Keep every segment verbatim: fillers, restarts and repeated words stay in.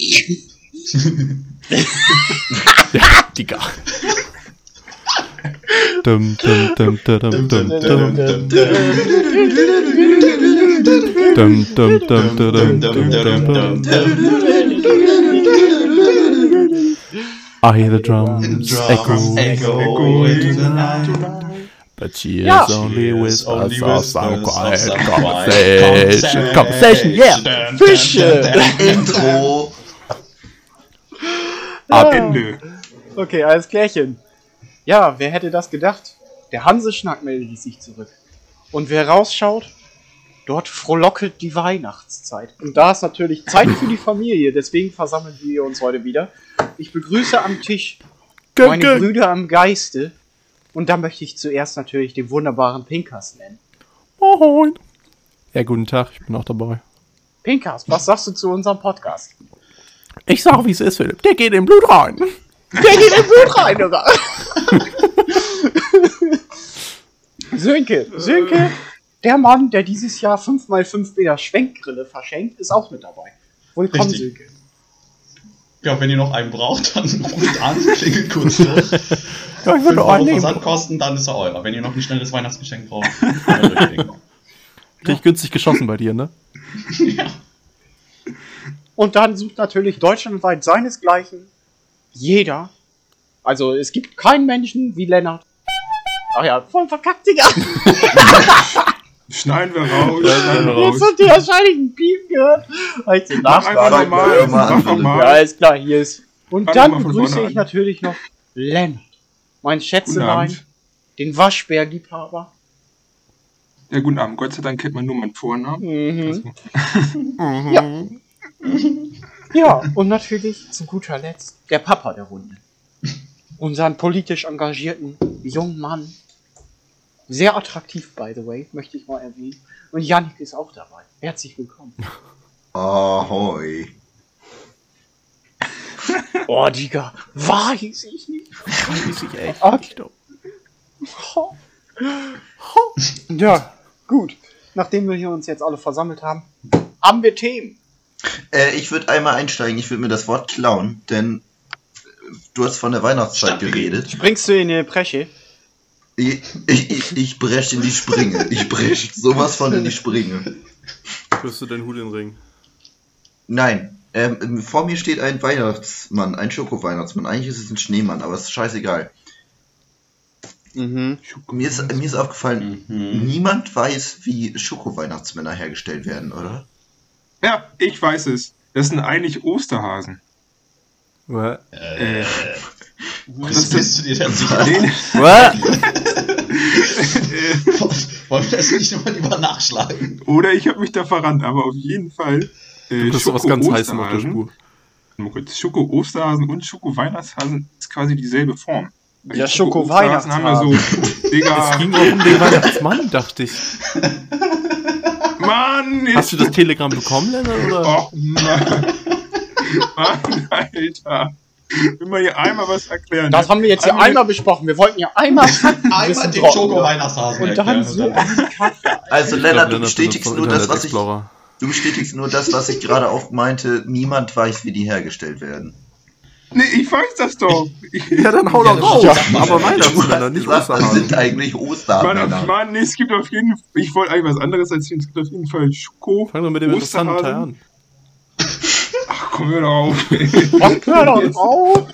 Ja, Digga. Dum, dum, dum, dum, dum, dum, dum. Dum, dum, dum, dum, dum, dum, I hear the drums echo, echo tonight. but she Ja. is only with Only us of some whispers of quiet some conversation. quiet Conversation, yeah. Fische. Intro. Ab. Ende. Okay, alles klärchen. Ja, wer hätte das gedacht? Der Hanseschnack meldet sich zurück. Und wer rausschaut, dort frohlockelt die Weihnachtszeit. Und da ist natürlich Zeit für die Familie, deswegen versammeln wir uns heute wieder. Ich begrüße am Tisch meine Gang, gang. Brüder am Geiste. Und da möchte ich zuerst natürlich den wunderbaren Pinkas nennen. Moin. Ja, guten Tag, ich bin auch dabei. Pinkas, was sagst du zu unserem Podcast? Ich sag, wie es ist, Philipp. Der geht in Blut rein. Der geht in Blut rein, oder? Sönke, Sönke, der Mann, der dieses Jahr fünf mal fünf Meter Schwenkgrille verschenkt, ist auch mit dabei. Willkommen, Richtig. Sönke. Ja, wenn ihr noch einen braucht, dann ruft an, klingelt kurz durch. Ja, ich fünf würde auch Euro einen nehmen. Versandkosten, dann ist er euer. Wenn ihr noch ein schnelles Weihnachtsgeschenk braucht, dann durchdenken. Richtig günstig geschossen bei dir, ne? Ja. Und dann sucht natürlich deutschlandweit seinesgleichen jeder. Also es gibt keinen Menschen wie Lennart. Ach ja, voll verkackt, Digga. Schneiden wir raus. Ja, Schneiden wir Jetzt raus. habt ihr wahrscheinlich einen Piep gehört. Als den Mach einfach Nachschlag. nochmal. Mach Mach mal. Ja, nochmal. alles klar, hier ist. Und Fang dann mal von begrüße vorne ich an. natürlich noch Lennart. Mein Guten Schätzelein, Abend. den Waschbärliebhaber. Ja, guten Abend. Gott sei Dank kennt man nur meinen Vornamen. Mhm. Mhm. Ja. Ja, und natürlich zu guter Letzt der Papa der Runde. Unseren politisch engagierten jungen Mann. Sehr attraktiv, by the way, möchte ich mal erwähnen. Und Yannick ist auch dabei. Herzlich willkommen. Ahoi. Oh, Digga, weiß ich nicht. Weiß ich echt. Okay. Ja, gut. Nachdem wir hier uns jetzt alle versammelt haben, haben wir Themen. Äh, ich würde einmal einsteigen, ich würde mir das Wort klauen, denn äh, du hast von der Weihnachtszeit Stadtbeginn. geredet. Springst du in die Bresche? Ich, ich, ich, ich brech in die Springe. Ich brech sowas von in die Springe. Wirst du deinen Hut in den Ring? Nein, ähm, vor mir steht ein Weihnachtsmann, ein Schoko-Weihnachtsmann. Eigentlich ist es ein Schneemann, aber es ist scheißegal. Mhm. Mir ist, mir ist aufgefallen, Mhm. niemand weiß, wie Schoko-Weihnachtsmänner hergestellt werden, oder? Ja, ich weiß es. Das sind eigentlich Osterhasen. What? Äh, Das bist du dir denn sicher? Den, What? Wollen wir das nicht nochmal lieber nachschlagen? oder ich habe mich da verrannt, aber auf jeden Fall. Äh, Du bist was ganz Heißem auf der Schoko-Osterhasen. Spur. Mal kurz. Schoko-Osterhasen und Schoko-Weihnachtshasen ist quasi dieselbe Form. Ja, Die Schoko-Osterhasen haben ja so, Es Digga, ging auch um den Weihnachtsmann, dachte ich. Mann! Hast du das Telegramm bekommen, Lennart, oder? Och, Mann. Mann, Alter. Will man hier einmal was erklären? Das haben wir jetzt hier Einmal- einmal besprochen. Wir wollten ja einmal Einmal Wissen den droppen. Schoko-Weihnachtshasen Und dann erklären so und dann- eine Kacke. Also Ich Lennart, glaub, du bestätigst benutzt nur das, Internet was ich, Explorer. du bestätigst nur das, was ich gerade auch meinte. Niemand weiß, wie die hergestellt werden. Nee, ich weiß das doch. Ich, Ja, dann hau Ja, doch das raus. stimmt. Aber Weihnachtsmänner, nicht Sag, was Osterhasen. sind eigentlich Mann, Ostermänner? Mann, nee, es gibt auf jeden Fall. Ich wollte eigentlich was anderes erzählen. Es gibt auf jeden Fall Schoko. Fang doch mit dem interessanten Teil Osterhasen. an. Ach, komm, hör doch auf. Was hör doch auf?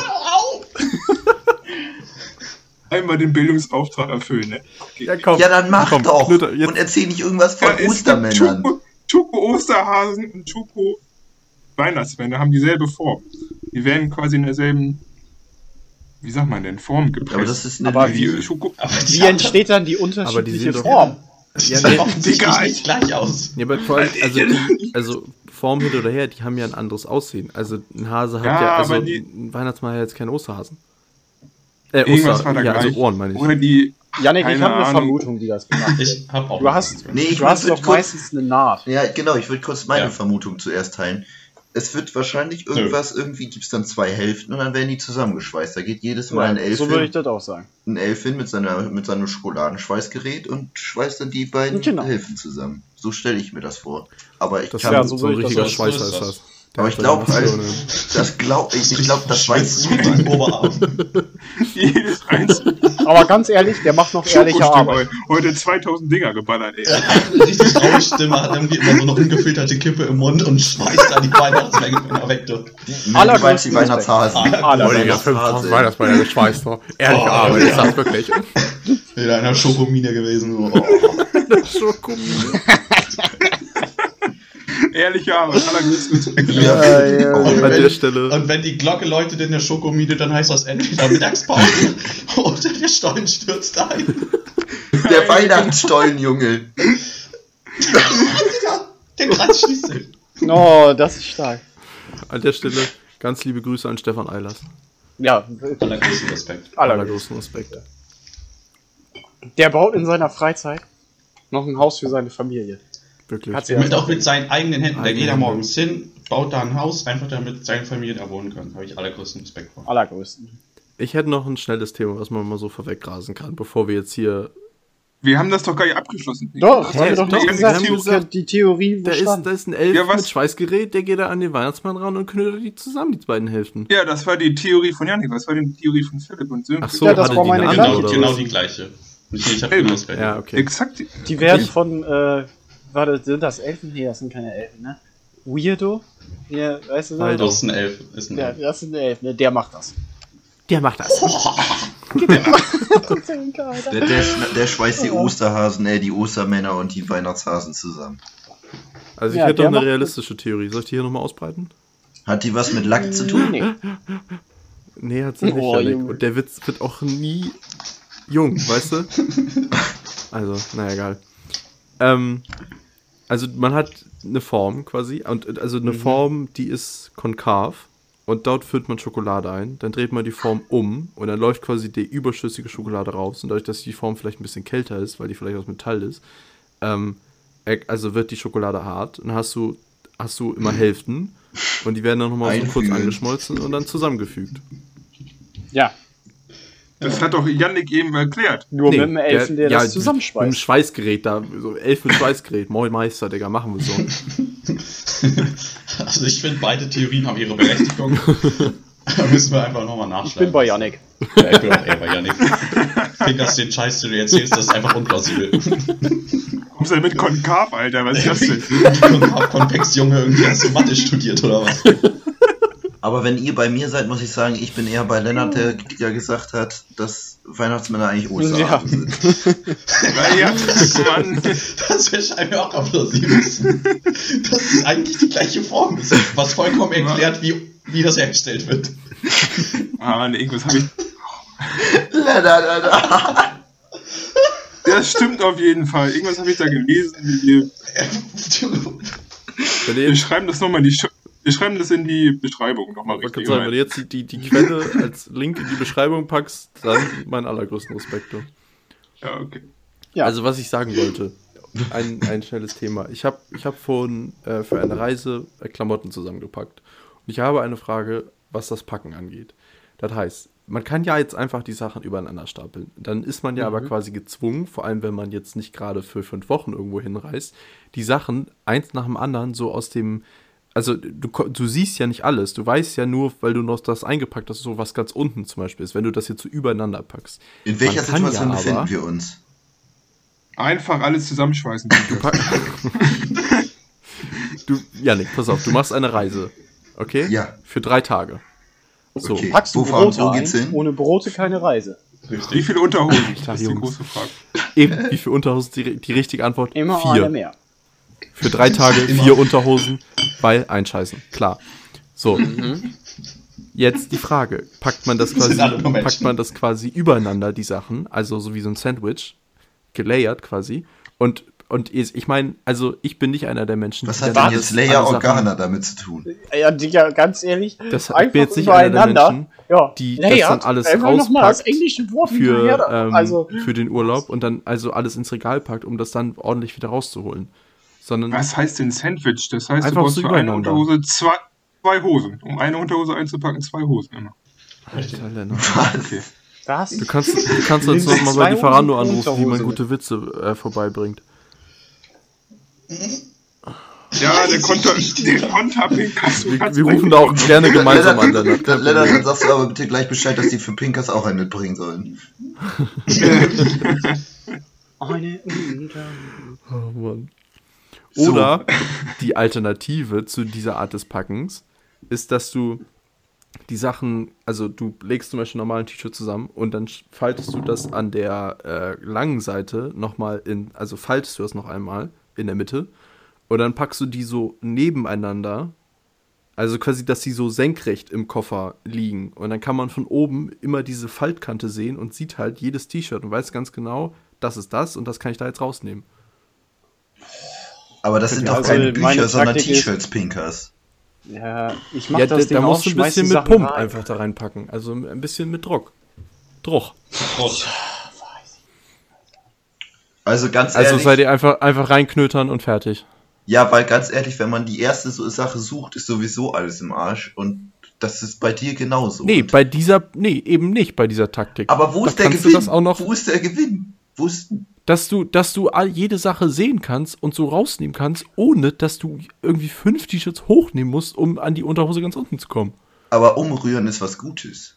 Einmal den Bildungsauftrag erfüllen, ne? Okay. Ja, komm. Ja, dann mach Komm, doch. Knütter, jetzt- Und erzähl nicht irgendwas von Ja, es gibt Ostermännern. Schoko- Schoko-Osterhasen und Schoko-Weihnachtsmänner haben dieselbe Form. Die werden quasi in derselben, wie sagt man denn, Form gepresst. Aber das ist eine Aber Lüge. die Schoko Aber die Wie haben- entsteht dann die Aber die unterschiedliche sehen doch- Form? Die Ja, sehen nee, offensichtlich Digga, nicht gleich aus. Ja, aber vor allem, also, die, also Form hin oder her, die haben ja ein anderes Aussehen. Also ein Hase hat ja, Ja, also aber die- ein Weihnachtsmann hat jetzt keinen Osterhasen. Äh, Irgendwas Oster, war da ja, gleich. also Ohren meine ich. Oder die. Yannick, ich keine habe eine Ahnung. Vermutung, wie das gemacht wird. Ich hab auch. Du hast, Nee, ich du hast würd doch kurz- meistens eine Naht. Ja, genau, ich würde kurz meine Ja. Vermutung zuerst teilen. Es wird wahrscheinlich irgendwas, irgendwie gibt es dann zwei Hälften und dann werden die zusammengeschweißt. Da geht jedes Mal ein Elf so würde ich hin, das auch sagen. ein Elf hin mit, seiner, mit seinem Schokoladenschweißgerät und schweißt dann die beiden Genau. Hälften zusammen. So stelle ich mir das vor. Aber ich Das kann... ist ja so so, ein würde ich das richtiger auch- so Schweißer ist ist das. das. Aber ich glaube, das glaub, ich, ich glaube, das weiß mit dem Oberarm. Jedes einzelne Aber ganz ehrlich, der macht noch ehrliche Schokostück Arbeit. heute zweitausend Dinger geballert, ey. Er hat eine richtig traurige Stimme, hat irgendwie immer so eine ungefilterte Kippe im Mund und schmeißt da die Weihnachtsmenge weg. Du. die Weihnachtshasen. Heutiger fünftausend Weihnachtsmänner geschweißt, ne? Ehrliche Oh, Arbeit, ja. ist das wirklich. Wieder einer Schokomine gewesen. Oh. Schokomine. Ehrliche Arbeit, allergrößten Respekt. Ja. Ja, ja. Und An wenn, der Stelle. und wenn die Glocke läutet in der Schokomine, dann heißt das entweder Mittagspause oder der Stollen stürzt ein. Der Weihnachtsstollen, Junge. Der Kranz schließt sich. Oh, das ist stark. An der Stelle ganz liebe Grüße an Stefan Eilers. Ja, Allergrößten Respekt. aller. Allergrößten Respekt. Der baut in seiner Freizeit noch ein Haus für seine Familie. Wirklich. Hat sie Mit, auch mit seinen eigenen Händen. Der Eigene geht da Hände. morgens hin, baut da ein Haus, einfach damit seine Familie da wohnen kann. Habe ich allergrößten Respekt vor. Allergrößten. Ich hätte noch ein schnelles Thema, was man mal so vorweggrasen kann, bevor wir jetzt hier. Wir haben das doch gar nicht abgeschlossen. Doch, Hä? haben wir doch Doch, nicht wir gesagt, haben die, gesagt, die Theorie Da ist, bestand. da ist ein Elf Ja, was? mit Schweißgerät, der geht da an den Weihnachtsmann ran und knüllt die zusammen, die beiden Hälften. Ja, das war die Theorie von Janik. Was war denn die Theorie von Philipp und Sönke? Ach so, Ja, das hatte war die meine eine gleiche andere, Genau, oder genau was? die gleiche. Ich, ich habe Elbe. genau das gleiche. Ja, okay. Exakt. Die werden Ich- von, äh, warte, sind das Elfen? Nee, das sind keine Elfen, ne? Weirdo? Ja, weißt du so? Waldo. Das ist ein Elf. Ist ein Ja, Elf. das sind Elfen, ne? Der macht das. Der macht das. Der, der, sch- der schweißt die Osterhasen, äh, die Ostermänner und die Weihnachtshasen zusammen. Also ich Ja, hätte der noch eine macht- realistische Theorie. Soll ich die hier nochmal ausbreiten? Hat die was mit Lack zu tun? Nee. Nee, hat sie nicht, Oh, Janik. Junge. Und der Witz wird auch nie jung, weißt du? Also, naja, egal. Ähm, also man hat eine Form quasi, und also eine Form, die ist konkav, und dort füllt man Schokolade ein, dann dreht man die Form um und dann läuft quasi die überschüssige Schokolade raus, und dadurch, dass die Form vielleicht ein bisschen kälter ist, weil die vielleicht aus Metall ist, ähm, äh, also wird die Schokolade hart, und dann hast du, hast du immer Hälften, und die werden dann nochmal so kurz Einfügen. angeschmolzen und dann zusammengefügt. Ja, Das hat doch Yannick eben erklärt. nur mit einem Elfen, der, ja, das Mit einem zusammenschweißt. Schweißgerät da, so Elf mit Schweißgerät. Moin Meister, Digga, machen wir so. Also ich finde, beide Theorien haben ihre Berechtigung. Da müssen wir einfach nochmal nachschlagen. Ich bin bei Yannick. Ja, ich bin auch eher bei Yannick. Ich finde, dass den Scheiß, den du erzählst, das ist einfach unplausibel. Kommst du mit Konkav, Alter? Was ist das denn? Konvex Junge, irgendwie hast du Mathe studiert oder was? Aber wenn ihr bei mir seid, muss ich sagen, ich bin eher bei Lennart, der ja gesagt hat, dass Weihnachtsmänner eigentlich Osterhasen sind. Ja, ja, Mann. Das erscheint mir auch am plausibelsten. Dass es eigentlich die gleiche Form ist. Was vollkommen erklärt, wie, wie das hergestellt wird. Ah, Mann, irgendwas habe ich. Lennart, Alter. Das stimmt auf jeden Fall. Irgendwas habe ich da gelesen. Wir, Wenn ihr wir jetzt, schreiben das nochmal in die Sch wir schreiben das in die Beschreibung nochmal ich wollte richtig. sagen, wenn du jetzt die, die, die Quelle als Link in die Beschreibung packst, dann meinen allergrößten Respekt. Du. Ja, okay. Ja. Also was ich sagen wollte, ein, ein schnelles Thema. Ich habe ich hab vorhin äh, für eine Reise äh, Klamotten zusammengepackt. Und ich habe eine Frage, was das Packen angeht. Das heißt, man kann ja jetzt einfach die Sachen übereinander stapeln. Dann ist man ja aber quasi gezwungen, vor allem wenn man jetzt nicht gerade für fünf Wochen irgendwo hinreist, die Sachen eins nach dem anderen so aus dem, also du, ko- du siehst ja nicht alles. Du weißt ja nur, weil du noch das eingepackt hast, so was ganz unten zum Beispiel ist, wenn du das jetzt so übereinander packst. In welcher Man kann Situation ja befinden aber- wir uns? Einfach alles zusammenschweißen. Du, pack- du, Janik, pass auf, du machst eine Reise, okay? Ja. Für drei Tage. So, Okay. Packst du Wo fahren- Brote wo ein? geht's hin? Ohne Brote keine Reise. Wie viele Unterhosen? Klar, Das ist die Jungs. große Frage. eben, wie viele Unterhosen, die, die richtige Antwort? Immer vier. eine mehr. Für drei Tage vier Unterhosen, weil einscheißen, klar. So, jetzt die Frage, packt man das sind quasi, alle nur Menschen. packt man das quasi übereinander, die Sachen, also so wie so ein Sandwich, gelayert quasi, und, und ich ich meine, also ich bin nicht einer der Menschen, Was die hat dann denn jetzt alle Leia Sachen- Organa damit zu tun? Ja, Digga, ganz ehrlich. Das- ich einfach bin jetzt nicht einer der übereinander. Menschen, ja, die Layout, das dann alles einfach noch mal das rauspackt englische Wort für, hinterher, ähm, also, für den Urlaub und dann also alles ins Regal packt, um das dann ordentlich wieder rauszuholen. Sondern Was heißt denn Sandwich? Das heißt, Einfach du brauchst so für eine übereinander. Unterhose zwei, zwei Hosen. Um eine Unterhose einzupacken, zwei Hosen immer. Alter, Lennart. Okay. das. Du kannst, du kannst Nimm uns noch mal zwei bei Lieferando Hosen und anrufen, wie man Unterhose gute Witze äh, vorbeibringt. Ja, der Konter, der Konter-Pinkas. Wir, wir rufen da auch gerne gemeinsam an, Lennart. Lennart, Lennart, dann sagst du aber bitte gleich Bescheid, dass die für Pinkas auch einen mitbringen sollen. Eine Unter. Oh Mann. So. Oder die Alternative zu dieser Art des Packens ist, dass du die Sachen, also du legst zum Beispiel normal ein T-Shirt zusammen und dann faltest du das an der äh, langen Seite nochmal in, also faltest du das noch einmal in der Mitte und dann packst du die so nebeneinander, also quasi, dass die so senkrecht im Koffer liegen und dann kann man von oben immer diese Faltkante sehen und sieht halt jedes T-Shirt und weiß ganz genau, das ist das und das kann ich da jetzt rausnehmen. Aber das sind doch Also, keine meine Bücher, sondern Taktik ist- T-Shirts, Pinkas. Ja, ich mach Ja, das da, Ding da auf, musst du ein schmeiß bisschen die mit Sachen Pump rein. einfach da reinpacken, also ein bisschen mit Druck. Druck. Prost. Also ganz Also ehrlich, seid ihr einfach, einfach reinknötern und fertig. ja, weil ganz ehrlich, wenn man die erste so Sache sucht, ist sowieso alles im Arsch und das ist bei dir genauso. Nee, Und- bei dieser, nee, eben nicht bei dieser Taktik. aber wo Da ist der kannst du Gewinn? das auch noch, Wo ist der Gewinn? Wo ist, dass du, dass du all, jede Sache sehen kannst und so rausnehmen kannst, ohne dass du irgendwie fünf T-Shirts hochnehmen musst, um an die Unterhose ganz unten zu kommen. aber umrühren ist was Gutes.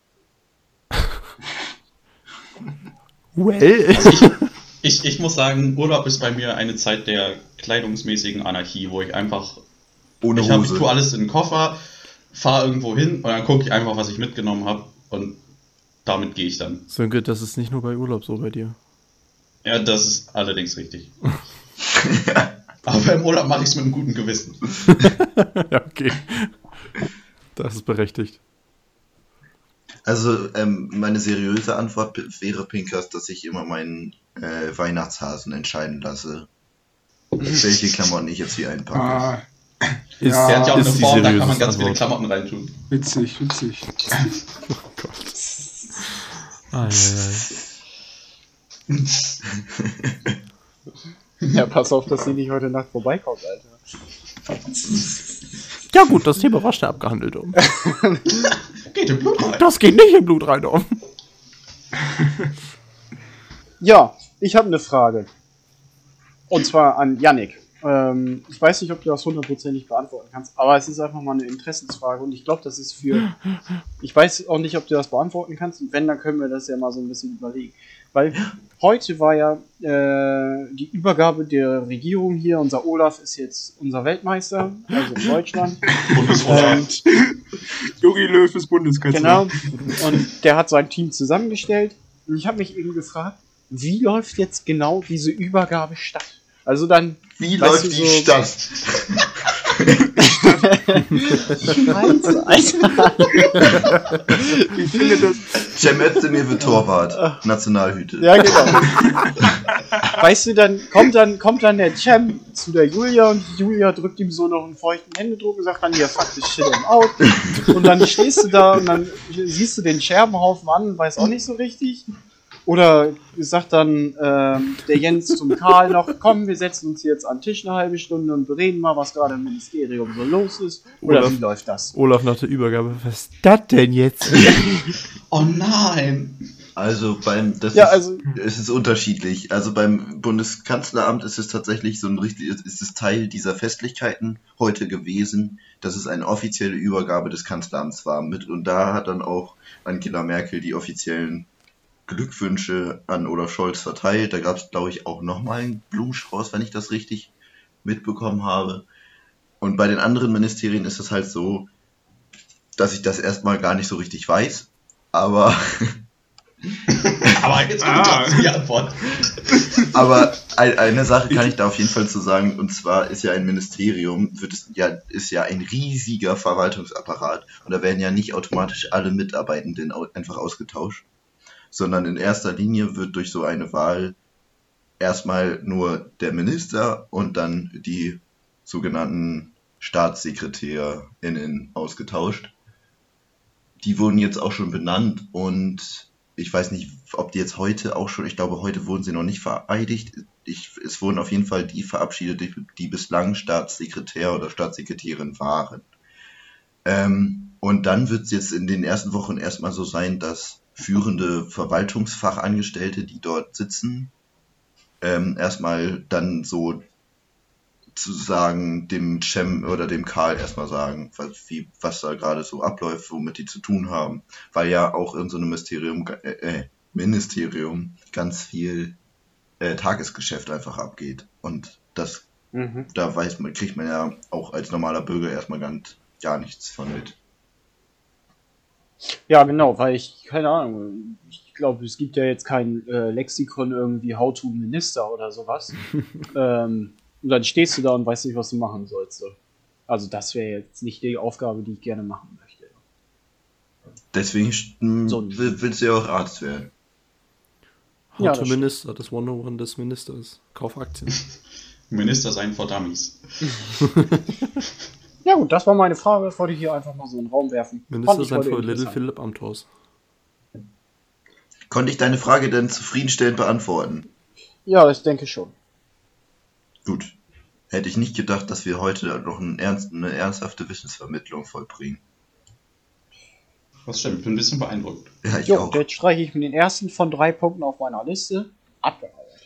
Well. Ich, ich muss sagen, Urlaub ist bei mir eine Zeit der kleidungsmäßigen Anarchie, wo ich einfach, Ohne ich, hab, ich Hose. tue alles in den Koffer, fahre irgendwo hin und dann gucke ich einfach, was ich mitgenommen habe und damit gehe ich dann. Sönke, das ist nicht nur bei Urlaub so bei dir. Ja, das ist allerdings richtig. Aber im Urlaub mache ich es mit einem guten Gewissen. Ja, okay. Das ist berechtigt. Also, ähm, meine seriöse Antwort p- wäre, Pinkas, dass ich immer meinen äh, Weihnachtshasen entscheiden lasse, welche Klamotten ich jetzt hier einpacke. Ah, Ist, Ja, Der hat ja auch eine ist die Form, da kann man seriöse ganz viele Antwort. Klamotten reintun. witzig, witzig. Oh Gott. Ah, ja, ja. Ja, pass auf, dass sie nicht heute Nacht vorbeikommt, Alter. Ja gut, das Thema war schnell abgehandelt. Um. Geht im Blut rein. Das geht nicht im Blut rein. Um. Ja, ich habe eine Frage. Und zwar an Yannick. Ähm, ich weiß nicht, ob du das hundertprozentig beantworten kannst, aber es ist einfach mal eine Interessensfrage und ich glaube, das ist für... Ich weiß auch nicht, ob du das beantworten kannst und wenn, dann können wir das ja mal so ein bisschen überlegen. Weil heute war ja äh, die Übergabe der Regierung hier. Unser Olaf ist jetzt unser Weltmeister, also in Deutschland. Bundesvorrat. Jogi Löw ist Bundeskanzler. Genau. Und der hat sein Team zusammengestellt. Und ich habe mich eben gefragt, wie läuft jetzt genau diese Übergabe statt? Also dann. Wie weißt läuft du, die so- Stadt? Scheiße, Alter. Ich finde das. Cem Özdemir wird Torwart, Nationalhüte. Ja, genau. Weißt du, dann kommt dann kommt dann der Cem zu der Julia und die Julia drückt ihm so noch einen feuchten Händedruck und sagt dann, hier, fuck this shit I'm out. Und dann stehst du da und dann siehst du den Scherbenhaufen an und weiß auch nicht so richtig. Oder sagt dann ähm, der Jens zum Karl noch, komm, wir setzen uns jetzt an den Tisch eine halbe Stunde und bereden mal, was gerade im Ministerium so los ist. Oder Olaf. wie läuft das? Olaf nach der Übergabe, was ist das denn jetzt? Oh nein! Also beim das Ja, ist, also, es ist unterschiedlich. Also beim Bundeskanzleramt ist es tatsächlich so ein richtig, ist es Teil dieser Festlichkeiten heute gewesen, dass es eine offizielle Übergabe des Kanzleramts war mit und da hat dann auch Angela Merkel die offiziellen Glückwünsche an Olaf Scholz verteilt. Da gab es, glaube ich, auch nochmal einen Blumenstrauß, wenn ich das richtig mitbekommen habe. Und bei den anderen Ministerien ist es halt so, dass ich das erstmal gar nicht so richtig weiß. Aber Aber jetzt kommt Ah. trotzdem die Antwort. Aber ein- eine Sache kann ich da auf jeden Fall zu sagen, und zwar ist ja ein Ministerium, wird es ja, ist ja ein riesiger Verwaltungsapparat und da werden ja nicht automatisch alle Mitarbeitenden au- einfach ausgetauscht, sondern in erster Linie wird durch so eine Wahl erstmal nur der Minister und dann die sogenannten StaatssekretärInnen ausgetauscht. Die wurden jetzt auch schon benannt und ich weiß nicht, ob die jetzt heute auch schon, ich glaube, heute wurden sie noch nicht vereidigt. Ich, es wurden auf jeden Fall die verabschiedet, die, die bislang Staatssekretär oder Staatssekretärin waren. Ähm, und dann wird es jetzt in den ersten Wochen erstmal so sein, dass führende Verwaltungsfachangestellte, die dort sitzen, ähm, erstmal dann so zu sagen, dem Cem oder dem Karl erstmal sagen, was, wie, was da gerade so abläuft, womit die zu tun haben. Weil ja auch in so einem Mysterium, äh, äh, Ministerium ganz viel äh, Tagesgeschäft einfach abgeht. Und das, Mhm. da weiß man, kriegt man ja auch als normaler Bürger erstmal ganz gar nichts von mit. Ja, genau, weil ich, keine Ahnung, ich glaube, es gibt ja jetzt kein äh, Lexikon irgendwie How to Minister oder sowas. ähm, und dann stehst du da und weißt nicht, was du machen sollst. So. Also das wäre jetzt nicht die Aufgabe, die ich gerne machen möchte. Deswegen mh, So. will- willst du ja auch Arzt werden. How Ja, to das Minister, das one oh one des Ministers. Kauf Aktien. Minister sein vor Dummies. Ja gut, das war meine Frage. Das wollte ich hier einfach mal so in den Raum werfen. Fand Minister ich sein heute für Little interessant. Philip Amthors. Konnte ich deine Frage denn zufriedenstellend beantworten? Ja, ich denke schon. Gut. Hätte ich nicht gedacht, dass wir heute noch einen ernst, eine ernsthafte Wissensvermittlung vollbringen. Das stimmt, ich bin ein bisschen beeindruckt. Ja, ich Jo, auch. jetzt streiche ich mir den ersten von drei Punkten auf meiner Liste. Abgearbeitet.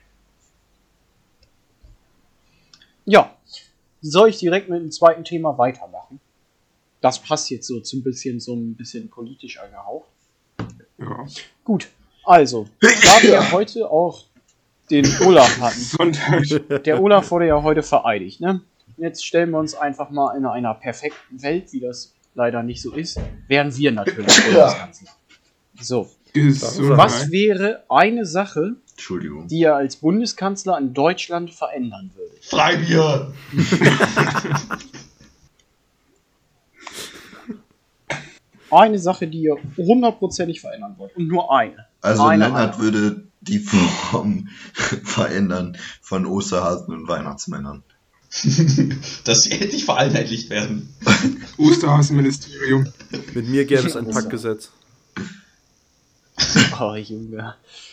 Ja, soll ich direkt mit dem zweiten Thema weitermachen? Das passt jetzt so zum bisschen, so ein bisschen politisch angehaucht. Ja. Gut, also, da wir ja heute auch den Olaf hatten. Sonntag. Der Olaf wurde ja heute vereidigt, ne? Jetzt stellen wir uns einfach mal in einer perfekten Welt, wie das leider nicht so ist, wären wir natürlich Bundeskanzler. So, Gesundheit. was wäre eine Sache, Entschuldigung. die er als Bundeskanzler in Deutschland verändern würde? Freibier! Eine Sache, die ihr hundertprozentig verändern wollt. Und nur eine. Also eine, Lennart eine. würde die Form verändern von Osterhasen und Weihnachtsmännern. Das hätte ich vereinheitlicht werden. Osterhasenministerium. Mit mir gäbe es ein Paktgesetz. Oh, Junge.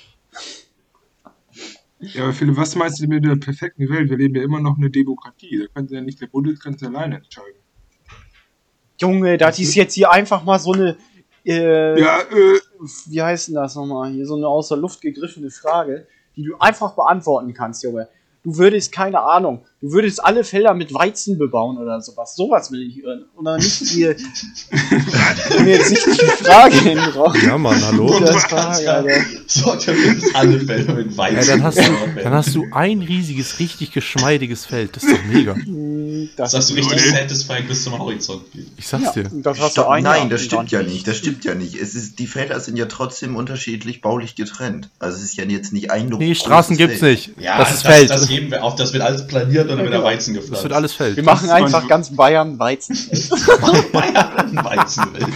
Ja, aber Philipp, was meinst du mit der perfekten Welt? Wir leben ja immer noch in einer Demokratie. Da kann ja nicht der Bundeskanzler alleine entscheiden. Junge, das ist jetzt hier einfach mal so eine, äh, Ja, äh, wie heißt denn das nochmal? Hier so eine aus der Luft gegriffene Frage, die du einfach beantworten kannst, Junge. Du würdest, keine Ahnung, du würdest alle Felder mit Weizen bebauen oder sowas. Sowas will ich hören. Oder nicht hier. Und jetzt nicht die Frage in den Raum. Ja, Mann, hallo. Das Frage, Alter. Sorgt dafür, dass alle Felder mit Weizen. Ey, dann, hast du, bebaut werden. dann hast du ein riesiges, richtig geschmeidiges Feld. Das ist doch mega. Das Das hast du ist richtig Leute. satisfying bis zum Horizont geht. Ich sag's dir. und das hast du Stopp, ein nein, Jahr das und stimmt dann ja nicht. Das stimmt ja nicht. Es ist, die Felder sind ja trotzdem unterschiedlich baulich getrennt. Also es ist ja jetzt nicht ein Nee, Straßen gibt's nicht. Ja, das ist das, Feld. das heben wir auf, das wird alles planiert und dann wird der Weizen gepflanzt. Das wird alles Feld. Wir machen Das ist einfach mein- ganz Bayern Weizen. Bayern Weizenwelt.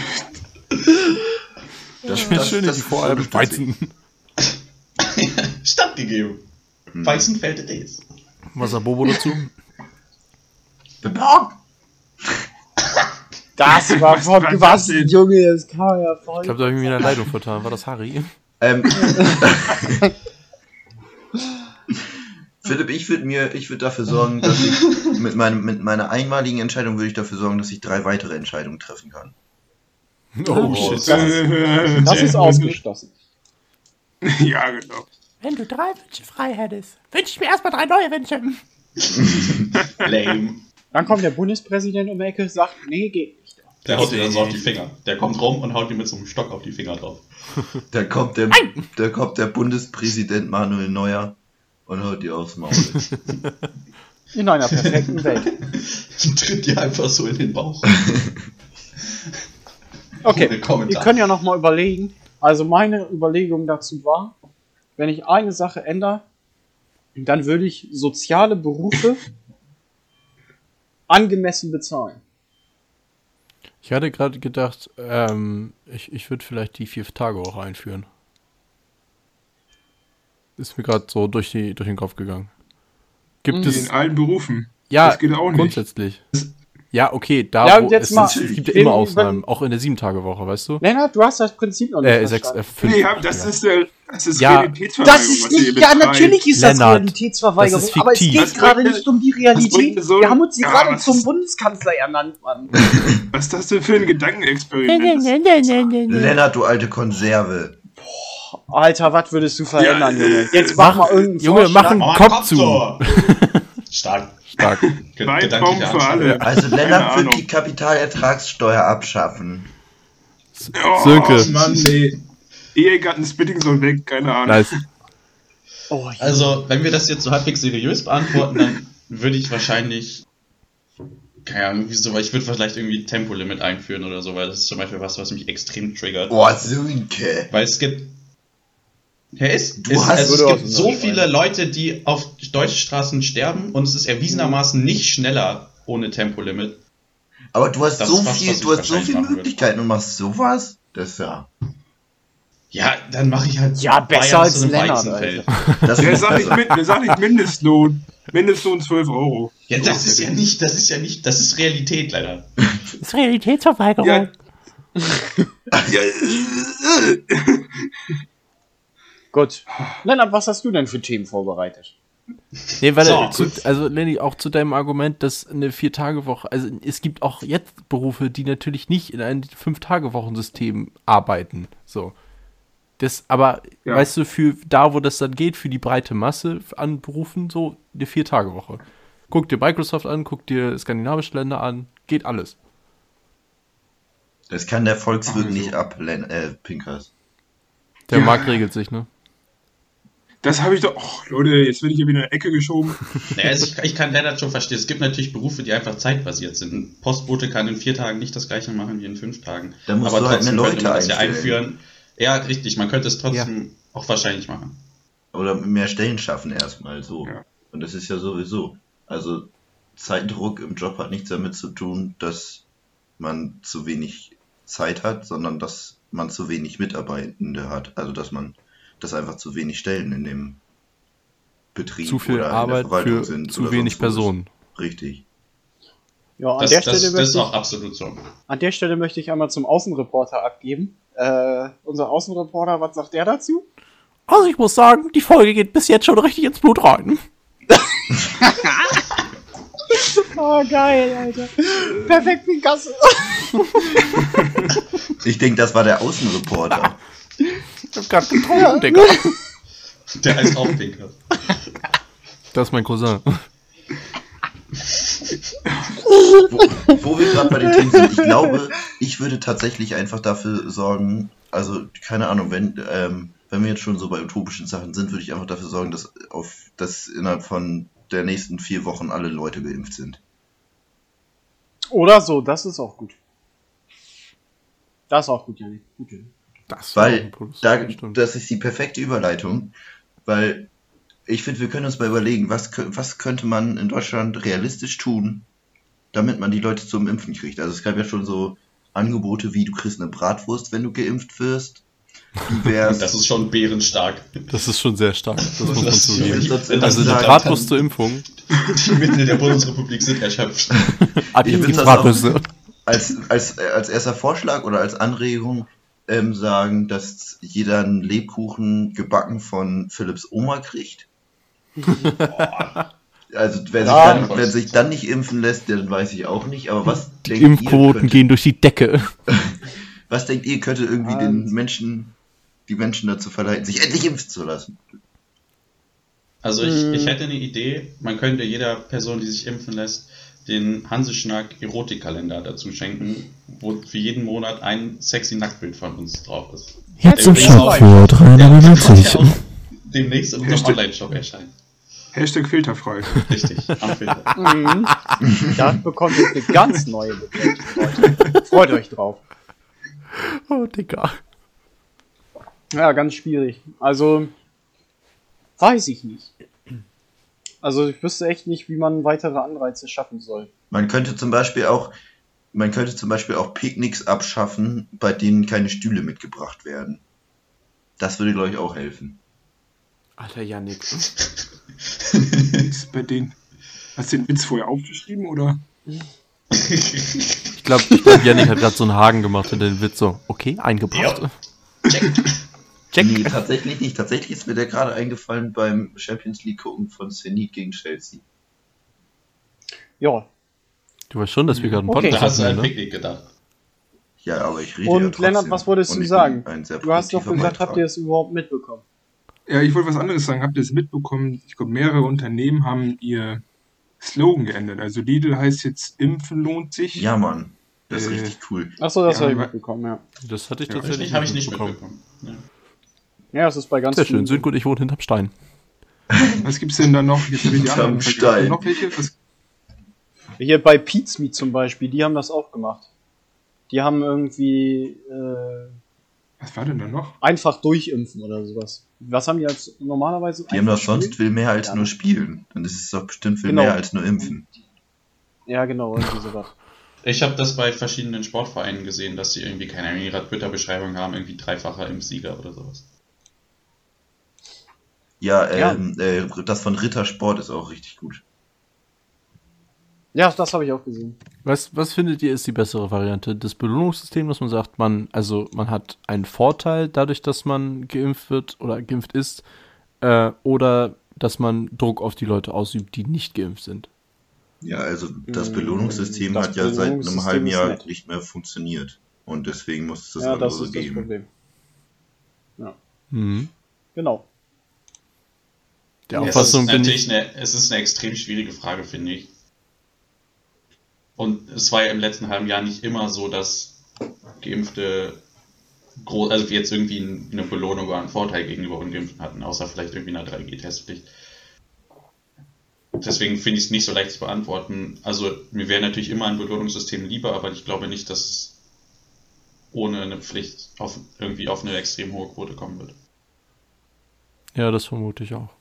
Das, Schön in die Voralpen Weizen. Stattgegeben. Hm. Weizenfeld it is. Wasserbobo dazu. Beborg! Das war von war das was, denn? Junge, das kam ja voll. Ich glaube, da habe ich mir eine Leitung vertan. War das Harry? Ähm, Philipp, ich würde mir, ich würde dafür sorgen, dass ich mit, meinem, mit meiner einmaligen Entscheidung würde ich dafür sorgen, dass ich drei weitere Entscheidungen treffen kann. Oh, shit. Das ist ausgeschlossen. Ja, genau. Wenn du drei Wünsche frei hättest, wünsche ich mir erstmal drei neue Wünsche. Lame. Dann kommt der Bundespräsident um die Ecke und sagt, nee, geht nicht. Der haut dir dann so auf die Finger. Der kommt rum und haut dir mit so einem Stock auf die Finger drauf. Da kommt der, da kommt der Bundespräsident Manuel Neuer und haut dir aufs Maul. In einer perfekten Welt. Tritt dir einfach so in den Bauch. Okay, Ohne Kommentar. wir können ja nochmal überlegen. Also meine Überlegung dazu war, wenn ich eine Sache ändere, dann würde ich soziale Berufe angemessen bezahlen. Ich hatte gerade gedacht, ähm, ich, ich würde vielleicht die vier Tage auch einführen. Ist mir gerade so durch, die, durch den Kopf gegangen. Gibt Mhm. es. In allen Berufen. Ja, das geht auch nicht. grundsätzlich. Ja, okay, da Ja, wo und jetzt es, mal- es gibt ja wenn- immer Ausnahmen, wenn- auch in der sieben-Tage-Woche, weißt du? Lennart, du hast das Prinzip noch nicht Äh, sechs, verstanden. äh, fünf. Nee, ja, das ist, äh, das ist Ja. Realitätsverweigerung. Das ist was ihr nicht, hier ja, betreibt. natürlich ist das Lennart, Realitätsverweigerung, das ist aber es fiktiv. geht Das gerade bringt- nicht um die das Realität. bringt so- Wir haben uns hier Ja, gerade was zum ist- Bundeskanzler ernannt, Mann. Was ist das denn für ein Nee, Gedankenexperiment? nee, Das- nee, nee, nee, nee, nee. Lennart, du alte Konserve. Alter, was würdest du verändern, Ja, Junge? äh, Jetzt mach mal irgendeinen Junge, Vorschlag. mach einen Mach mal Kopf Kopf zu. so. Stark. Stark. Ge- Mein gedankliche Traum für Anschauung. alle. Also Keine Lennart will Ahnung. die Kapitalertragssteuer abschaffen. Oh, Sönke. Mann, nee. Ehegattensplitting soll weg, keine Ahnung. Nice. Oh, ja. Also, wenn wir das jetzt so halbwegs seriös beantworten, dann würde ich wahrscheinlich, keine Ahnung, irgendwie so, ich würde vielleicht irgendwie Tempolimit einführen oder so, weil das ist zum Beispiel was, was mich extrem triggert. Boah, Sönke. Weil es gibt. Ja, ist. Du es, hast- also, es Würde gibt auch so so viele Leute, die auf deutschen Straßen sterben und es ist erwiesenermaßen nicht schneller ohne Tempolimit. Aber du hast Das so ist was, viel, was ich du hast so wahrscheinlich viele machen würde. Möglichkeiten und machst sowas? Das ist ja. Ja, dann mache ich halt Ja, besser Bayern als zu einem Lennart, Weizenfeld. Das Der ist sagt nicht, besser. Min- der sagt nicht Mindestlohn. Mindestlohn zwölf Euro. Ja, das ist ja nicht, das ist ja nicht, das ist Realität leider. Das ist Realitätsverweigerung. Ja. Ja, Gut. Lennart, was hast du denn für Themen vorbereitet? Nee, weil So. zu, also Lenny, auch zu deinem Argument, dass eine Vier-Tage-Woche, also es gibt auch jetzt Berufe, die natürlich nicht in einem Fünf-Tage-Wochen-System arbeiten. So. Das, aber Ja. weißt du, für da, wo das dann geht, für die breite Masse an Berufen, so eine Vier-Tage-Woche. Guck dir Microsoft an, guck dir skandinavische Länder an, geht alles. Das kann der Volkswirt Also. nicht ab, Len äh, Pinkers. Der Ja. Markt regelt sich, ne? das habe ich doch. Oh, Leute, jetzt werde ich hier wieder in eine Ecke geschoben. Naja, also ich, ich kann Lennart schon verstehen. Es gibt natürlich Berufe, die einfach zeitbasiert sind. Ein Postbote kann in vier Tagen nicht das gleiche machen wie in fünf Tagen. Da musst Aber du halt trotzdem mehr könnte Leute man das ja einstellen. einführen. Ja, richtig, man könnte es trotzdem auch wahrscheinlich machen. Oder mehr Stellen schaffen erstmal so. Ja. Und das ist ja sowieso. Also Zeitdruck im Job hat nichts damit zu tun, dass man zu wenig Zeit hat, sondern dass man zu wenig Mitarbeitende hat. Also dass man, dass einfach zu wenig Stellen in dem Betrieb Zu viel oder in der Arbeit Verwaltung für sind zu oder wenig sonst wo ist. Personen. Richtig. Ja, an Das, der das, Stelle das ist möchte auch ich, absolut so. an der Stelle möchte ich einmal zum Außenreporter abgeben. Äh, unser Außenreporter, was sagt der dazu? Also ich muss sagen, die Folge geht bis jetzt schon richtig ins Blut rein. Oh, geil, Alter. Perfekt wie Gasse. Ich denke, das war der Außenreporter. Ich hab grad getrunken, Digga. Der heißt auch Pinker. Das ist mein Cousin. wo, wo wir gerade bei den Themen sind, ich glaube, ich würde tatsächlich einfach dafür sorgen, also keine Ahnung, wenn, ähm, wenn wir jetzt schon so bei utopischen Sachen sind, würde ich einfach dafür sorgen, dass auf dass innerhalb von der nächsten vier Wochen alle Leute geimpft sind. Oder so, das ist auch gut. Das ist auch gut, Janik. Gut, Janik. Das war auch Weil ein Plus. da, Stimmt. das ist die perfekte Überleitung, weil ich finde, wir können uns mal überlegen, was, kö- was könnte man in Deutschland realistisch tun, damit man die Leute zum Impfen kriegt. Also es gab ja schon so Angebote wie, du kriegst eine Bratwurst, wenn du geimpft wirst. Wie wär's? Das ist schon bärenstark. Das ist schon sehr stark. Das muss man Das- zugeben. Ich würd dazu Also eine sagen, Bratwurst zur Impfung. Die Mittel der Bundesrepublik sind erschöpft. Ab Ich in die find's das Bratwürste. als, als, als erster Vorschlag oder als Anregung ähm, sagen, dass jeder einen Lebkuchen gebacken von Philipps Oma kriegt. Also wer, Ja, sich dann, wer sich dann nicht impfen lässt, dann weiß ich auch nicht. Aber was Die denkt ihr, Impfquoten könnte, gehen durch die Decke. was denkt ihr, könnte irgendwie Ah, den Menschen, die Menschen dazu verleiten, sich endlich impfen zu lassen? Also ich, Hm. ich hätte eine Idee, man könnte jeder Person, die sich impfen lässt, den Hanseschnack Erotikkalender dazu schenken, wo für jeden Monat ein sexy Nacktbild von uns drauf ist. Jetzt im Übrigens Shop auch- für drei Ja, neunundneunzig. das kann ja auch demnächst in unserem Hashtag- Online-Shop erscheinen. Hashtag filterfrei. Richtig, am Filter. Mhm. Da bekommt ihr eine ganz neue Bewertung, Leute. Freut euch drauf. Oh, Digga. Ja, ganz schwierig. Also, weiß ich nicht. Also, ich wüsste echt nicht, wie man weitere Anreize schaffen soll. Man könnte zum Beispiel auch, man könnte zum Beispiel auch Picknicks abschaffen, bei denen keine Stühle mitgebracht werden. Das würde, glaube ich, auch helfen. Alter Janik. Ist bei denen. Hast du den Witz vorher aufgeschrieben oder? Ich glaube, ich glaub, Janik hat gerade so einen Haken gemacht und den Witz so, okay, eingebracht. Ja. Check. Check. Nee, tatsächlich nicht. Tatsächlich ist mir der gerade eingefallen beim Champions League gucken von Zenit gegen Chelsea. Ja. Du weißt schon, dass wir gerade einen Okay. Da Podcast hast du an haben, ne? Picknick gedacht. Ja, aber ich rede Und ja trotzdem. Lennart, was wolltest Und du ich sagen? bin ein sehr Du hast doch produktiver gesagt, habt ihr Beitrag. es überhaupt mitbekommen? Ja, ich wollte was anderes sagen. Habt ihr es mitbekommen? Ich glaube, mehrere Unternehmen haben ihr Slogan geändert. Also Lidl heißt jetzt Impfen lohnt sich. Ja, Mann. Das ist Äh, richtig cool. Achso, das Ja, habe ich aber- mitbekommen, ja. Das hatte ich Ja, tatsächlich Richtig, habe ich nicht mitbekommen. mitbekommen. Ja. Ja, das ist bei ganz Sehr schön. vielen- Sönke und ich wohnen hinterm Stein. Was gibt's denn da noch? Jetzt habe ich die anderen Am vergessen. Stein. Noch welche? Was? Hier bei Pizmeet zum Beispiel, die haben das auch gemacht. Die haben irgendwie äh, Was war denn da noch? einfach durchimpfen oder sowas. Was haben die als normalerweise? Die haben doch einfach sonst spielen? will mehr als Ja. nur spielen. Dann ist es doch bestimmt viel Genau. mehr als nur impfen. Ja, genau, irgendwie sowas. Ich habe das bei verschiedenen Sportvereinen gesehen, dass sie irgendwie, keine Ahnung, in ihrer Twitter-Beschreibung haben, irgendwie dreifacher Impfsieger oder sowas. Ja, Ja. ähm, äh, das von Rittersport ist auch richtig gut. Ja, das habe ich auch gesehen. Was, was findet ihr ist die bessere Variante? Das Belohnungssystem, dass man sagt, man, also man hat einen Vorteil dadurch, dass man geimpft wird oder geimpft ist, äh, oder dass man Druck auf die Leute ausübt, die nicht geimpft sind? Ja, also das Mm, Belohnungssystem das hat ja seit einem Belohnungssystem halben ist Jahr nett. nicht mehr funktioniert. Und deswegen muss es das ja, andere das ist das geben. Problem. Mhm. Genau. Der Es ist Auffassung bin natürlich ich. eine, es ist eine extrem schwierige Frage, finde ich. Und es war ja im letzten halben Jahr nicht immer so, dass Geimpfte groß, also jetzt irgendwie eine Belohnung oder einen Vorteil gegenüber Ungeimpften hatten, außer vielleicht irgendwie eine drei G Testpflicht. Deswegen finde ich es nicht so leicht zu beantworten. Also mir wäre natürlich immer ein Belohnungssystem lieber, aber ich glaube nicht, dass es ohne eine Pflicht auf, irgendwie auf eine extrem hohe Quote kommen wird. Ja, das vermute ich auch.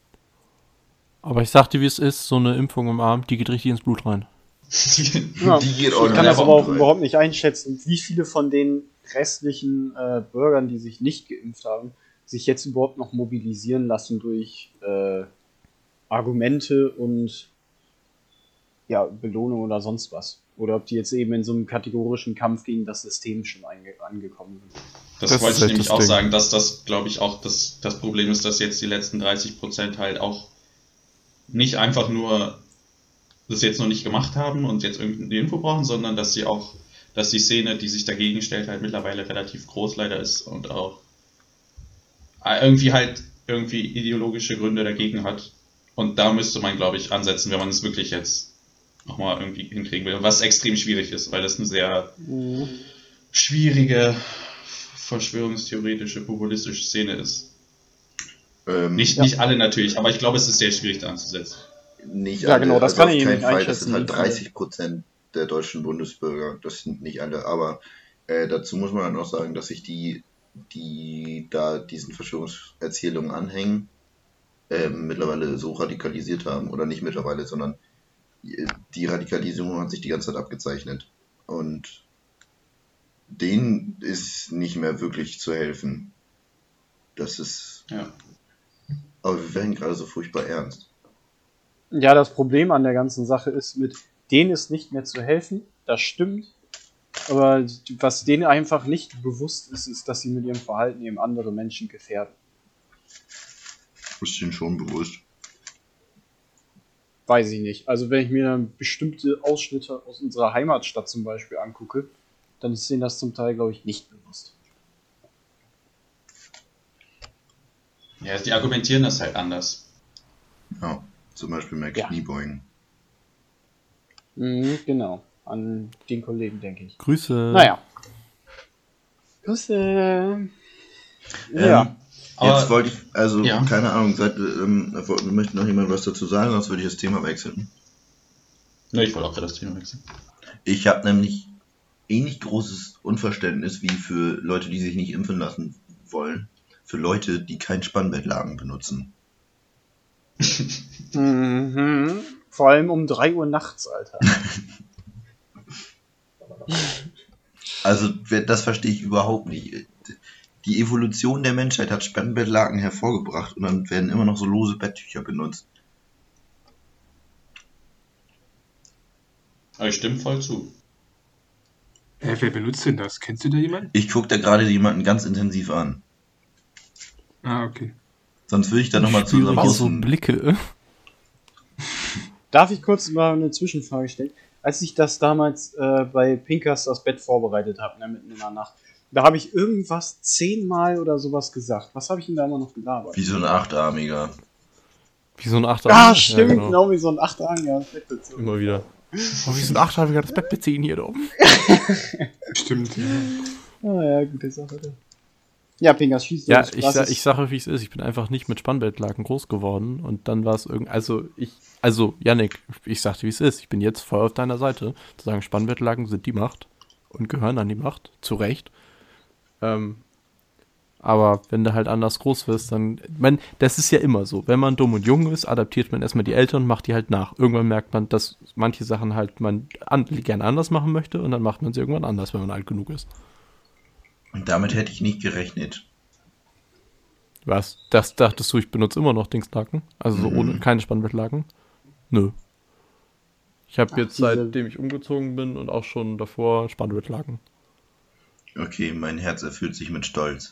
Aber ich sag dir, wie es ist, so eine Impfung im Arm, die geht richtig ins Blut rein. Ja, Die geht ich auch kann noch das mal aber auch rein. überhaupt nicht einschätzen, wie viele von den restlichen äh, Bürgern, die sich nicht geimpft haben, sich jetzt überhaupt noch mobilisieren lassen durch äh, Argumente und ja, Belohnung oder sonst was. Oder ob die jetzt eben in so einem kategorischen Kampf gegen das System schon einge angekommen sind. Das, Das wollte ist ich halt nämlich das auch Ding. sagen, dass das, glaube ich, auch das, das Problem ist, dass jetzt die letzten dreißig Prozent halt auch nicht einfach nur das jetzt noch nicht gemacht haben und jetzt irgendeine Info brauchen, sondern dass sie auch, dass die Szene, die sich dagegen stellt, halt mittlerweile relativ groß leider ist und auch irgendwie halt irgendwie ideologische Gründe dagegen hat. Und da müsste man, glaube ich, ansetzen, wenn man es wirklich jetzt nochmal irgendwie hinkriegen will. Was extrem schwierig ist, weil das eine sehr schwierige, verschwörungstheoretische, populistische Szene ist. Ähm, Nicht, Ja. nicht alle natürlich, aber ich glaube, es ist sehr schwierig da anzusetzen. Nicht Ja, alle, genau, das also kann auf ich keinen nicht Fall, das einschätzen, sind halt wie viele. dreißig Prozent der deutschen Bundesbürger, das sind nicht alle, aber äh, dazu muss man dann auch sagen, dass sich die, die da diesen Verschwörungserzählungen anhängen, ähm, mittlerweile so radikalisiert haben, oder nicht mittlerweile, sondern die- die Radikalisierung hat sich die ganze Zeit abgezeichnet und denen ist nicht mehr wirklich zu helfen. Das ist, Ja. aber wir werden gerade so furchtbar ernst. Ja, das Problem an der ganzen Sache ist, mit denen ist nicht mehr zu helfen, das stimmt. Aber was denen einfach nicht bewusst ist, ist, dass sie mit ihrem Verhalten eben andere Menschen gefährden. Ist denen schon bewusst. Weiß ich nicht. Also wenn ich mir dann bestimmte Ausschnitte aus unserer Heimatstadt zum Beispiel angucke, dann ist denen das zum Teil, glaube ich, nicht bewusst. Ja, die argumentieren das halt anders. Ja, zum Beispiel mehr Ja. Kniebeugen. Mhm, genau. An den Kollegen, denke ich. Grüße. Naja. Grüße. Ja. Ähm, Aber- Jetzt wollte ich, also Ja. keine Ahnung, seit, ähm, möchte noch jemand was dazu sagen, sonst würde ich das Thema wechseln. Ne, ich wollte auch gerade das Thema wechseln. Ich habe nämlich ähnlich großes Unverständnis wie für Leute, die sich nicht impfen lassen wollen, für Leute, die kein Spannbettlaken benutzen. Mhm. Vor allem um drei Uhr nachts, Alter. Also wer- das verstehe ich überhaupt nicht. Die Evolution der Menschheit hat Spannbettlaken hervorgebracht und dann werden immer noch so lose Betttücher benutzt. Aber ich stimme voll zu. Äh, wer benutzt denn das? Kennst du da jemanden? Ich gucke da gerade jemanden ganz intensiv an. Ah, okay. Sonst würde ich da nochmal zu Spüre unserem hier so Außen... Blicke. Darf ich kurz mal eine Zwischenfrage stellen? Als ich das damals äh, bei Pinkas das Bett vorbereitet habe, ne, mitten in der Nacht, da habe ich irgendwas zehnmal oder sowas gesagt. Was habe ich denn da immer noch gelabert? Wie so ein Achtarmiger. Wie so ein Achterhang. Ah, stimmt, Ja, genau. genau wie so ein Achterhang, ja. Immer wieder. Oh, wie so ein Achterhang, das Bett beziehen hier da oben. Stimmt, ja. Ah ja, gute Sache. Ja, Pingas, schießt Ja, los. ich, Was sa ist- ich sage, wie es ist. Ich bin einfach nicht mit Spannbettlaken groß geworden und dann war es irgendwie, also ich, also Yannick, ich sagte, wie es ist. Ich bin jetzt voll auf deiner Seite. Zu sagen, Spannbettlaken sind die Macht und gehören an die Macht, zu Recht. Ähm, aber wenn du halt anders groß wirst, dann, man, das ist ja immer so. Wenn man dumm und jung ist, adaptiert man erstmal die Eltern und macht die halt nach. Irgendwann merkt man, dass manche Sachen halt man an, gerne anders machen möchte und dann macht man sie irgendwann anders, wenn man alt genug ist. Und damit hätte ich nicht gerechnet. Was? Das dachtest du, ich benutze immer noch Dingslaken? Also so Mhm. ohne keine Spannbettlaken? Nö. Ich habe Ach, jetzt, diese- seitdem ich umgezogen bin und auch schon davor Spannbettlaken. Okay, mein Herz erfüllt sich mit Stolz.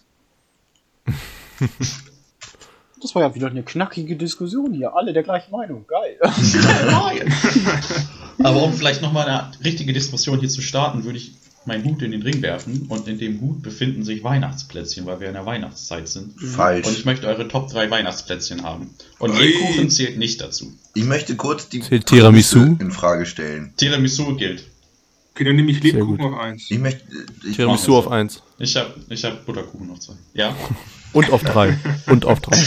Das war ja wieder eine knackige Diskussion hier. Alle der gleichen Meinung. Geil. Nein. Aber um vielleicht nochmal eine richtige Diskussion hier zu starten, würde ich meinen Hut in den Ring werfen und in dem Hut befinden sich Weihnachtsplätzchen, weil wir in der Weihnachtszeit sind. Falsch. Und ich möchte eure Top drei Weihnachtsplätzchen haben. Und Ui. Lebkuchen zählt nicht dazu. Ich möchte kurz die Zählt Tiramisu? Prämisse in Frage stellen. Tiramisu gilt. Okay, dann nehme ich Sehr Lebkuchen gut. auf eins. Ich möchte. Ich, Tiramisu mach auf das. eins. Ich habe ich hab Butterkuchen auf zwei. Ja? Und auf drei. Und auf drei.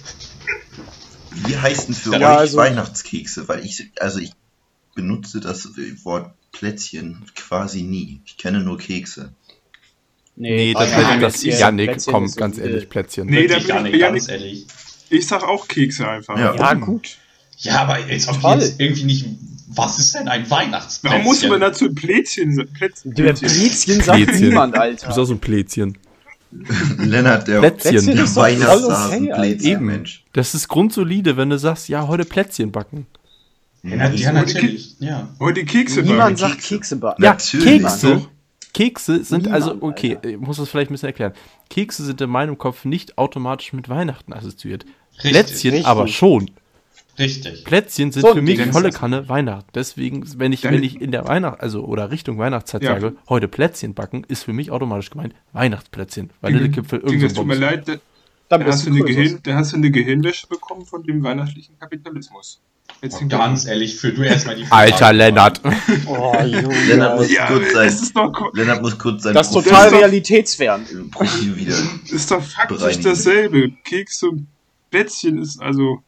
wie heißt denn für Ja, euch also- Weihnachtskekse? Weil ich, also ich benutze das Wort Plätzchen quasi nie. Ich kenne nur Kekse. Nee, das, Plätzchen, das, das Plätzchen, Janik, Plätzchen komm, ist so ganz wild. ehrlich, Plätzchen. Nee, da Wirklich, bin Janik, ich- ganz Janik- ehrlich. Ich sag auch Kekse einfach. Ja. Ja, gut. Ja, aber jetzt auch Toll. jetzt irgendwie nicht. Was ist denn ein Weihnachtsplätzchen? Warum muss man dazu Plätzchen sagen? Plätzchen. Der Plätzchen sagt Plätzchen. niemand, Du bist auch Alter. so ein Plätzchen. Lennart, der, Plätzchen. Plätzchen der ist doch voll okay, Weihnachtshasen-Plätzchen, Eben. Mensch. Das ist grundsolide, wenn du sagst, ja, heute Plätzchen backen. Ja, na- ja, natürlich. Ja. Heute Kekse Niemand backen. sagt Kekse backen. Ja, Natürlich. Kekse. Kekse sind, Niemand, also, okay, Alter. ich muss das vielleicht ein bisschen erklären. Kekse sind in meinem Kopf nicht automatisch mit Weihnachten assoziiert. Richtig, Plätzchen richtig. aber schon. Richtig. Plätzchen sind So ein für mich Ding ist volle das. Kanne Weihnachten. Deswegen, wenn ich, Dann- wenn ich in der Weihnacht, also oder Richtung Weihnachtszeit Ja. sage, heute Plätzchen backen, ist für mich automatisch gemeint Weihnachtsplätzchen. Dinge, Vanillekipfel, Dinge, irgend es so tut mir ein leid, da, Dann da, bist hast du du eine cool. Gehirn, da hast du eine Gehirnwäsche bekommen von dem weihnachtlichen Kapitalismus. Jetzt Oh, ganz ehrlich, führ du erstmal die Alter Frage. Lennart. Oh, Junge. Lennart muss Ja, kurz sein. es ist doch, ko- Lennart muss kurz sein Das ist Profil, total Das ist doch- realitätsfern. Profil wieder. ist doch faktisch Bereinigen. dasselbe. Keks und Plätzchen ist also.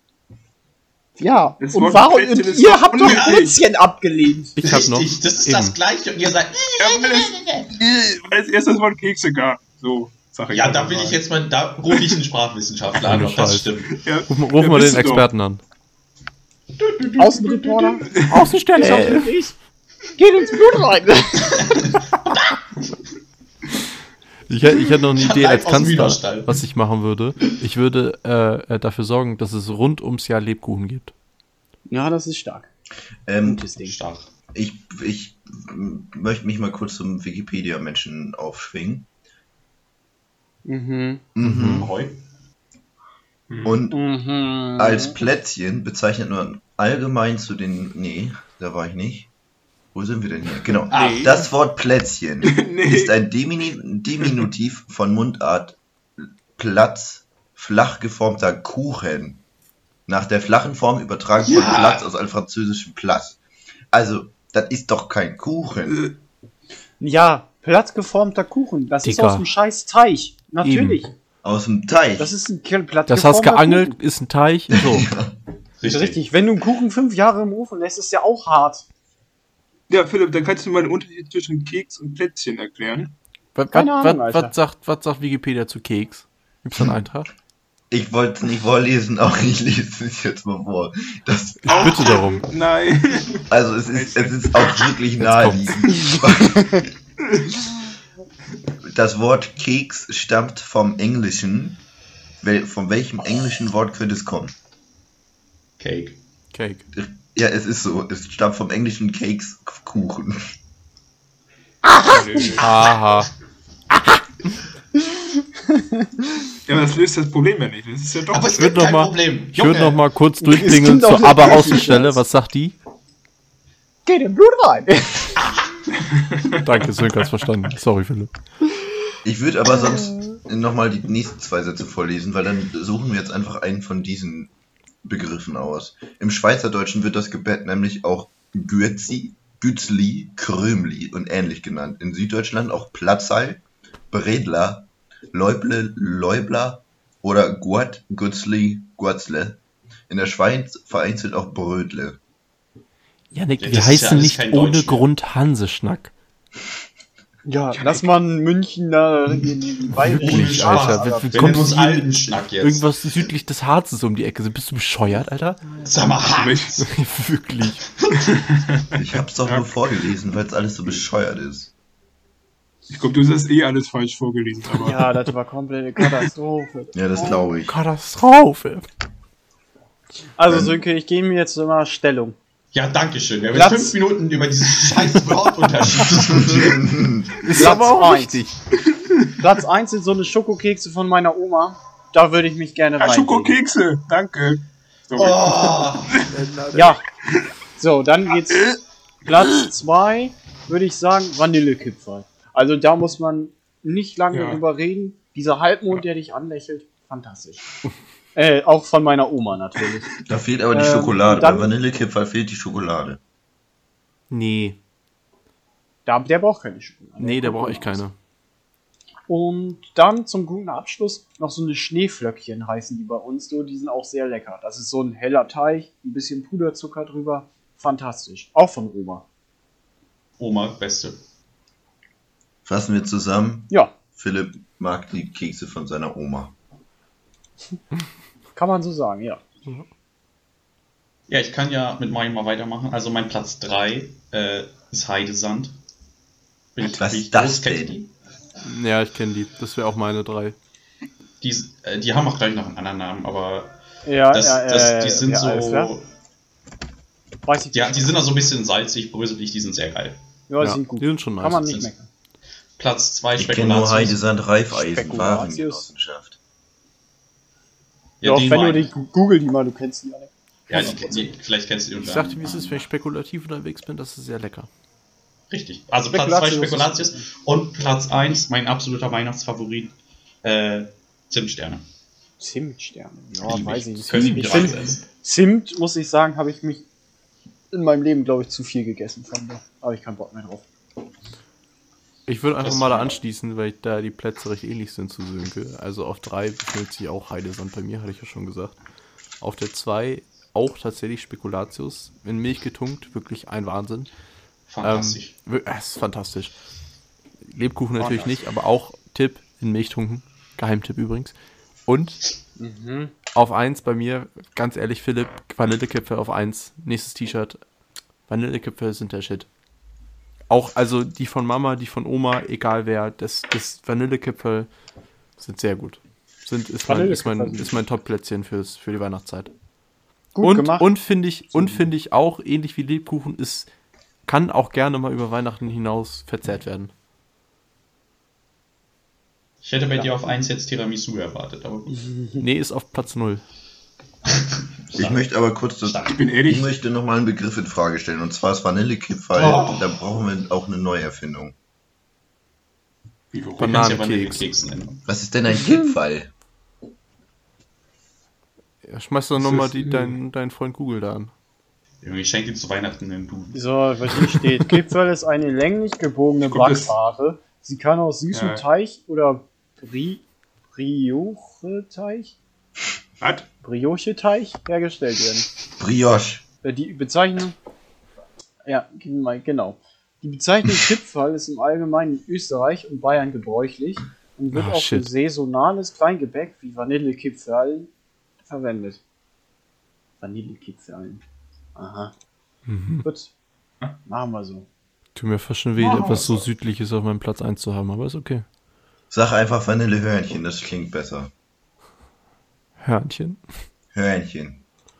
Ja, Das und Wort warum? Plätzchen Und ist ihr doch habt doch unehrlich. Plätzchen abgelehnt. Ich hab noch. Richtig, das ist eben. das Gleiche. Und ihr sagt, Ja, weil, es, weil es erst das Wort Kekse gab. So, sag ich ja, einfach da will mal. ich jetzt mal, da rufe ich einen Sprachwissenschaftler an, Ohne ob das Scheiß. stimmt. Ja, Ruf, mal- ruf ja, mal bist den du doch. Experten an. Außenreporter. Außenstelle. Ich. Geht ins Blut rein. Ich, hätt- ich hätte noch eine Idee Live als aus dem Kanzler, Hühnerstall. was ich machen würde. Ich würde äh, äh, dafür sorgen, dass es rund ums Jahr Lebkuchen gibt. Ja, das ist stark. Ähm, Gutes Ding. Stark. ich, ich m- möchte mich mal kurz zum Wikipedia-Menschen aufschwingen. Mhm. Mhm. Ahoi. Und Mhm. als Plätzchen bezeichnet man allgemein zu den. Nee, da war ich nicht. Wo sind wir denn hier? Genau. Ah, Das Wort Plätzchen Nee. ist ein Dimini Diminutiv von Mundart Platz, flach geformter Kuchen. Nach der flachen Form übertragen von Ja. Platz aus einem französischen Platz. Also, das ist doch kein Kuchen. Ja, plattgeformter Kuchen. Das ist Dicker. aus dem scheiß Teich. Natürlich. Aus dem Teich. Das ist ein plattgeformter Das hast geangelt, Kuchen. ist ein Teich. So. richtig. Richtig. Wenn du einen Kuchen fünf Jahre im Ofen lässt, ist der auch hart. Ja, Philipp, dann kannst du mal den Unterschied zwischen Keks und Plätzchen erklären. Was, Keine was, Ahnung, was, Alter. was, sagt, was sagt Wikipedia zu Keks? Gibt's da einen Eintrag? Ich wollte es nicht vorlesen, aber ich lese es jetzt mal vor. Das, Ich bitte darum. Nein. also es ist, es ist auch wirklich Jetzt naheliegend. Das Wort Keks stammt vom Englischen. Wel, von welchem englischen Wort könnte es kommen? Cake. Cake. Ja, es ist so. Es stammt vom englischen Cakes, Kuchen. Haha. Ja, aber das löst das Problem ja nicht. Das ist ja doch. Aber es würd gibt noch kein mal- Problem. Ich würde noch mal kurz Es durchklingeln klingt auch zur nicht Aber-Außenstelle. wirklich Was sagt die? Geht im Blut rein. Danke, Sönke hat's verstanden. Sorry, Philipp. Ich würde aber sonst nochmal die nächsten zwei Sätze vorlesen, weil dann suchen wir jetzt einfach einen von diesen Begriffen aus. Im Schweizerdeutschen wird das Gebäck nämlich auch Güezi, Gützli, Krümli und ähnlich genannt. In Süddeutschland auch Platzal, Bredler, Läuble, Läubler oder Guat, Gützli, Guatzle. In der Schweiz vereinzelt auch Brödle. Janik, Ja, wir das ist ja heißen alles nicht kein ohne Deutsch mehr. Grund Hanseschnack. Ja, lass mal in München da in den bayerischen Wirklich, Spaß, Alter. Alter. Wir, wir Wir kommen nennen uns hier alten Schnack jetzt. irgendwas südlich des Harzes um die Ecke. Bist du bescheuert, Alter? Sag mal, ha! Welches? Wirklich. Ich hab's doch nur vorgelesen, weil es alles so bescheuert ist. Ich glaube, du hast eh alles falsch vorgelesen, aber Ja, das war komplette Katastrophe. Ja, das glaube ich. Katastrophe. Also, Ähm. Sönke, ich gebe mir jetzt mal Stellung. Ja, danke schön. Wir haben Platz- jetzt fünf Minuten über diesen scheiß Wortunterschied diskutiert. Ist Platz aber auch eins. richtig. Platz eins sind so eine Schokokekse von meiner Oma. Da würde ich mich gerne ja, reinlegen. Schokokekse, danke. Sorry. Oh, Ja. So, dann geht's. Platz zwei würde ich sagen, Vanillekipferl. Also da muss man nicht lange Ja. drüber reden. Dieser Halbmond, der dich anlächelt, fantastisch. äh, auch von meiner Oma natürlich. Da fehlt aber die Ähm, Schokolade. dann- Bei Vanillekipferl fehlt die Schokolade. Nee. Da, der braucht keine Schokolade. Nee, da kommt brauche ich raus. keine. Und dann zum guten Abschluss noch so eine Schneeflöckchen heißen die bei uns so. Die sind auch sehr lecker. Das ist so ein heller Teig, ein bisschen Puderzucker drüber. Fantastisch. Auch von Oma. Oma, beste. Fassen wir zusammen. Ja, Philipp mag die Kekse von seiner Oma. kann man so sagen, ja. Ja, ich kann ja mit meinem mal weitermachen. Also mein Platz drei äh, ist Heidesand. Bin ich, Was bin ist ich das groß, kennt ihr denn? die? Ja, ich kenne die. Das wäre auch meine drei. Die, äh, die haben auch gleich noch einen anderen Namen, aber Ja, das, ja, das, ja, die ja, sind ja, alles klar. so. Weiß ich Ja, nicht. die sind auch so ein bisschen salzig, bröselig, die sind sehr geil. Ja, die Ja, sind gut. die sind schon Kann man nice. nicht Sind- meckern. Platz zwei Ich kenne nur Spekulatius. Heidesand Reifeisen, Spekulatius. Warengenossenschaft. Ja, Doch, den wenn nur du einen. die Google die mal, du kennst die alle. Ja, die, die, vielleicht kennst du die Ich unter sagte, wie es ist, wenn ich spekulativ unterwegs bin, das ist sehr lecker. Richtig. Also Platz zwei Spekulatius. Spekulatius und Platz eins, mein absoluter Weihnachtsfavorit, äh, Zimtsterne. Zimtsterne. Ja, Lieb weiß ich. ich nicht. Können die Ich gratis finde, essen. Zimt, muss ich sagen, habe ich mich in meinem Leben, glaube ich, zu viel gegessen von da. Habe ich keinen Bock mehr drauf. Ich würde einfach Das- mal da anschließen, weil da die Plätze recht ähnlich sind zu Sönke. Also auf drei befindet sich auch Heidesand bei mir, hatte ich ja schon gesagt. Auf der zwei auch tatsächlich Spekulatius. In Milch getunkt, wirklich ein Wahnsinn. Fantastisch. Ähm, wir- es ist fantastisch. Lebkuchen natürlich nicht, aber auch Tipp in Milch tunken. Geheimtipp übrigens. Und Mhm. auf eins bei mir, ganz ehrlich, Philipp, Vanillekipferl auf eins. Nächstes T-Shirt. Vanillekipferl sind der Shit. Auch, also die von Mama, die von Oma, egal wer, das, das Vanillekipferl sind sehr gut. Sind, ist mein, ist mein, Vanillekipferl ist mein Top-Plätzchen fürs, für die Weihnachtszeit. Gut und gemacht. und finde ich, und finde ich auch, ähnlich wie Lebkuchen, ist, kann auch gerne mal über Weihnachten hinaus verzehrt werden. Ich hätte bei dir auf eins jetzt Tiramisu erwartet, aber gut. Nee, ist auf Platz null. Ich möchte aber kurz das, Stark. Ich bin ich ehrlich, möchte nochmal einen Begriff in Frage stellen. Und zwar ist Vanillekipferl, Oh. da brauchen wir auch eine Neuerfindung. wie warum? Wir können es ja Bananenkeks. Vanillekeks nennen. Was ist denn ein Kipferl? Ja, schmeiß doch nochmal deinen dein Freund Google da an. Junge, ich schenke dir zu Weihnachten einen Duden. So, was hier steht. Kipferl ist eine länglich gebogene Guck, das- Backware. Sie kann aus süßem Ja. Teig oder Bri Brioche-Teig Was? Brioche-Teig hergestellt werden. Brioche. Äh, Die Bezeichnung. Ja, gib mir mal, genau. Die Bezeichnung Kipferl ist im Allgemeinen in Österreich und Bayern gebräuchlich und wird Ah, auch für shit. saisonales Kleingebäck wie Vanillekipferl verwendet. Vanillekipferl. Aha. Mhm. Gut. Machen wir so. Tut mir fast schon weh, etwas so Südliches auf meinem Platz eins zu haben, aber ist okay. Sag einfach Vanillehörnchen, das klingt besser. Hörnchen. Hörnchen.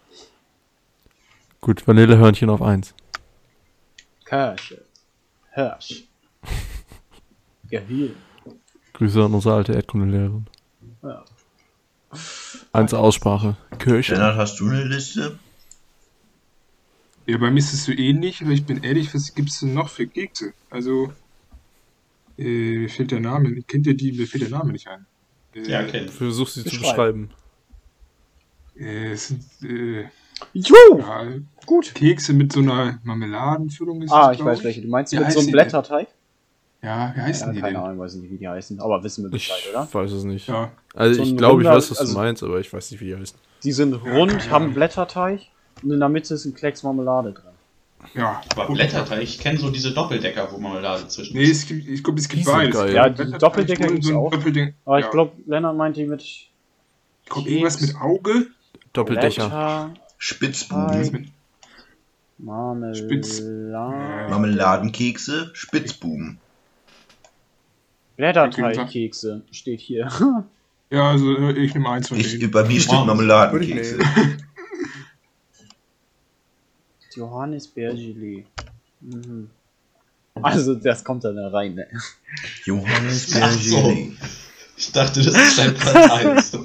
Gut, Vanillehörnchen auf eins. Kirsche. Hirsch. Gehirn. Grüße an unsere alte Erdkundelehrerin. Ja. Eins Aussprache. Kirche. Lennart, hast du eine Liste? Ja, bei mir ist es so ähnlich, aber ich bin ehrlich, was gibt es denn noch für Kekse? Also, äh, mir fehlt der Name. Kennt ihr die? Mir fällt der Name nicht ein. Äh, Ja, kenn. Versuch sie zu Beschreiben. beschreiben. Äh, es sind äh, Jo! ja, Gut. Kekse mit so einer Marmeladenfüllung. Ist Ah, das, ich glaub weiß welche. Du meinst Wie mit so heißen einem die Blätterteig? Ja, wie heißen Ja, die keine denn? Ahnung, weiß nicht, wie die heißen. Aber wissen wir Ich Bescheid, oder? weiß es nicht. Ja, Also So ich ein glaube, ich runder- weiß, was also- du meinst, aber ich weiß nicht, wie die heißen. Die sind rund, keine haben Ahnung. Blätterteig und in der Mitte ist ein Klecks Marmelade drin. ja. Aber Blätterteig, ich kenne so diese Doppeldecker, wo Marmelade zwischen Nee, es gibt, ich glaube, es Die gibt sind beides. geil. Ja, die Blätterteig Doppeldecker und gibt's so ein auch. Doppelding- Aber ja. ich glaube, Lennart meinte mit Ich glaube, irgendwas mit Auge. Doppeldecher. Blätter, Spitzbuben, Irgendwas mit, Spitz- Marmelade, Marmeladenkekse, Spitzbuben. Blätterteigkekse steht hier. ja, also äh, ich nehme eins von Ich, denen. bei mir steht Wow. Marmeladenkekse. Johannisbeergelee. Mhm. Also, das kommt dann da rein, ne? Johannisbeergelee. Ich dachte, das ist dein Platz eins.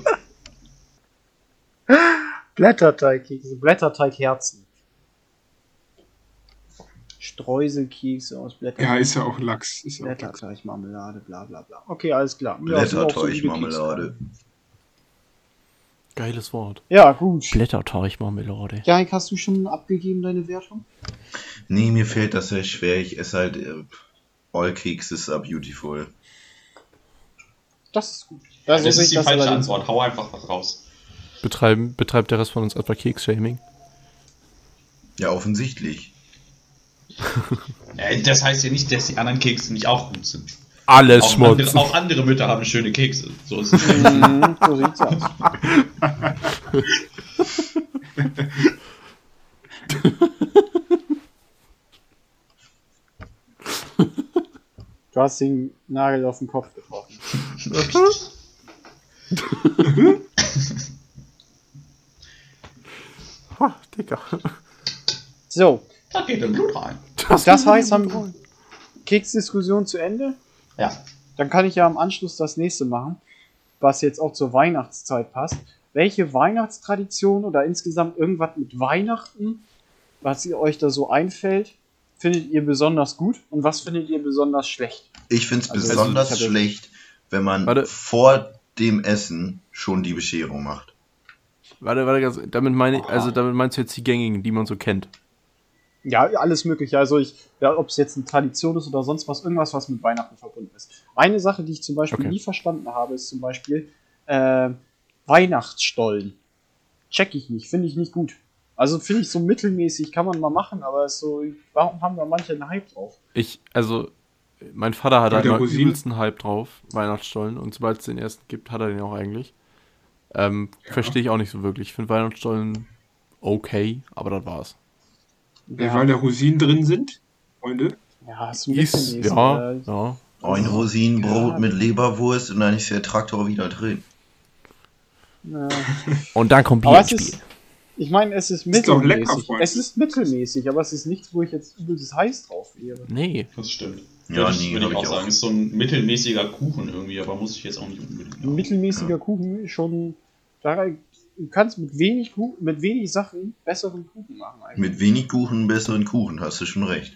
Blätterteigkekse, Blätterteigherzen. Streuselkekse aus Blätter. Ja, ist ja auch Lachs. Ist ja auch Lachs. Blätterteigmarmelade, bla bla bla. Okay, alles klar. Ja, sind auch solide Blätterteigmarmelade. Geiles Wort. Kekse. Ja, gut. Blätterteigmarmelade. Janik, hast du schon abgegeben deine Wertung? Nee, mir fällt das sehr schwer. Ich esse halt äh, all Kekses are beautiful. Das ist gut. Da Das sehe ist ich die das falsche allerdings. Antwort. Hau einfach was raus. Betreiben, betreibt der Rest von uns etwa Keks-Shaming? Ja, offensichtlich. Äh, Das heißt ja nicht, dass die anderen Kekse nicht auch gut sind. Alles Auch Schmutz. andere, auch andere Mütter haben schöne Kekse. So ist es. Mhm, so sieht's aus. Du hast den Nagel auf den Kopf getroffen. Ha, Digga. So, Da geht im Blut rein. das heißt, haben Keksdiskussion zu Ende. Ja. Dann kann ich ja am Anschluss das nächste machen, was jetzt auch zur Weihnachtszeit passt. Welche Weihnachtstradition oder insgesamt irgendwas mit Weihnachten, was ihr euch da so einfällt, findet ihr besonders gut und was findet ihr besonders schlecht? Ich finde es Also, besonders ich hab- schlecht, wenn man Warte. vor dem Essen schon die Bescherung macht. Warte, warte, ganz, damit meine ich, also damit meinst du jetzt die gängigen, die man so kennt. Ja, alles mögliche. Also ich, ja, ob es jetzt eine Tradition ist oder sonst was, irgendwas, was mit Weihnachten verbunden ist. Eine Sache, die ich zum Beispiel Okay. nie verstanden habe, ist zum Beispiel äh, Weihnachtsstollen. Check ich nicht, finde ich nicht gut. Also finde ich so mittelmäßig, kann man mal machen, aber ist so, warum haben da manche einen Hype drauf? Ich, also, mein Vater hat Ja, halt der immer Rosinen- übelsten Hype drauf, Weihnachtsstollen, und sobald es den ersten gibt, hat er den auch eigentlich. Ähm, Verstehe ich auch nicht so wirklich. Ich finde Weihnachtsstollen okay, aber das war's. Ja. Weil da Rosinen drin sind, Freunde. Ja, ist ein Ist, bisschen ja, äh, ja. Ein Rosinenbrot Ja. mit Leberwurst und dann ist der Traktor wieder drin. äh, Und dann kommt Bier aber ins es Spiel. ist, ich meine, es ist Ist doch lecker, mittelmäßig. Freunde. Es ist mittelmäßig, aber es ist nichts, wo ich jetzt übelst heiß drauf wäre. Nee. Das stimmt. Ja, Würde ich, nee, würde hab ich auch ich sagen. auch. Ist so ein mittelmäßiger Kuchen irgendwie, aber muss ich jetzt auch nicht unbedingt. Ein mittelmäßiger Kuchen ist schon. Da, du kannst mit wenig Kuchen, mit wenig Sachen besseren Kuchen machen eigentlich. Mit wenig Kuchen einen besseren Kuchen, hast du schon recht.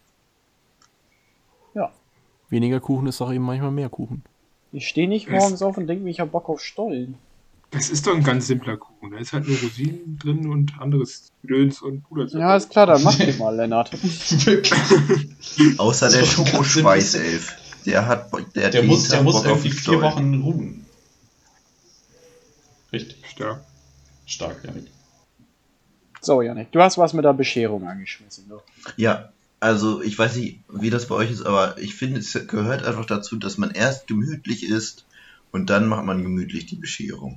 Ja. Weniger Kuchen ist auch eben manchmal mehr Kuchen. Ich stehe nicht morgens auf und denke mir, ich habe Bock auf Stollen. Das ist doch ein ganz simpler Kuchen. Da ist halt nur Rosinen drin und anderes Gedöns und Puderzucker. Ja, ist klar, dann mach den mal, Lennart. Wirklich. Außer der Das ist doch ganz Schokoschweißelf. Der hat, der hat Der jeden muss, der Tag muss Bock auf irgendwie einen vier Stollen. Wochen ruhen. Richtig. Stark. Stark, Janik. So, Janik, du hast was mit der Bescherung angeschmissen. Ne? Ja, also ich weiß nicht, wie das bei euch ist, aber ich finde, es gehört einfach dazu, dass man erst gemütlich isst und dann macht man gemütlich die Bescherung.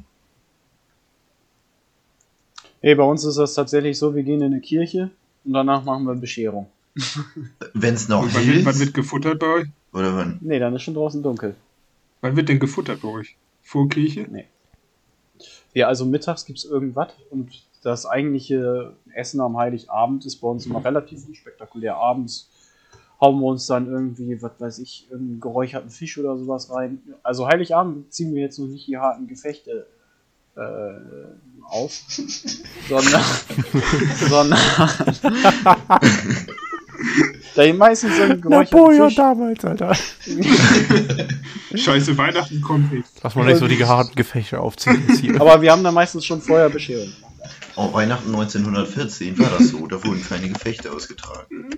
Hey, bei uns ist das tatsächlich so, wir gehen in eine Kirche und danach machen wir Bescherung. Wenn es noch Und wann, hell wird, wann ist, wird gefuttert bei euch? oder wann? Nee, dann ist schon draußen dunkel. Wann wird denn gefuttert bei euch? Vor Kirche? Ja, also mittags gibt es irgendwas und das eigentliche Essen am Heiligabend ist bei uns immer relativ unspektakulär. Abends hauen wir uns dann irgendwie, was weiß ich, einen geräucherten Fisch oder sowas rein. Also Heiligabend ziehen wir jetzt noch nicht die harten Gefechte äh, auf, sondern, sondern Da meistens so ein Napoleon geräucherten Fisch. damals, Alter. Scheiße, Weihnachten kommt nicht. Lass mal nicht so die harten Gefechte aufziehen jetzt hier. Aber wir haben da meistens schon vorher Bescherung. Oh, Weihnachten neunzehnhundertvierzehn war das so. Da wurden keine Gefechte ausgetragen.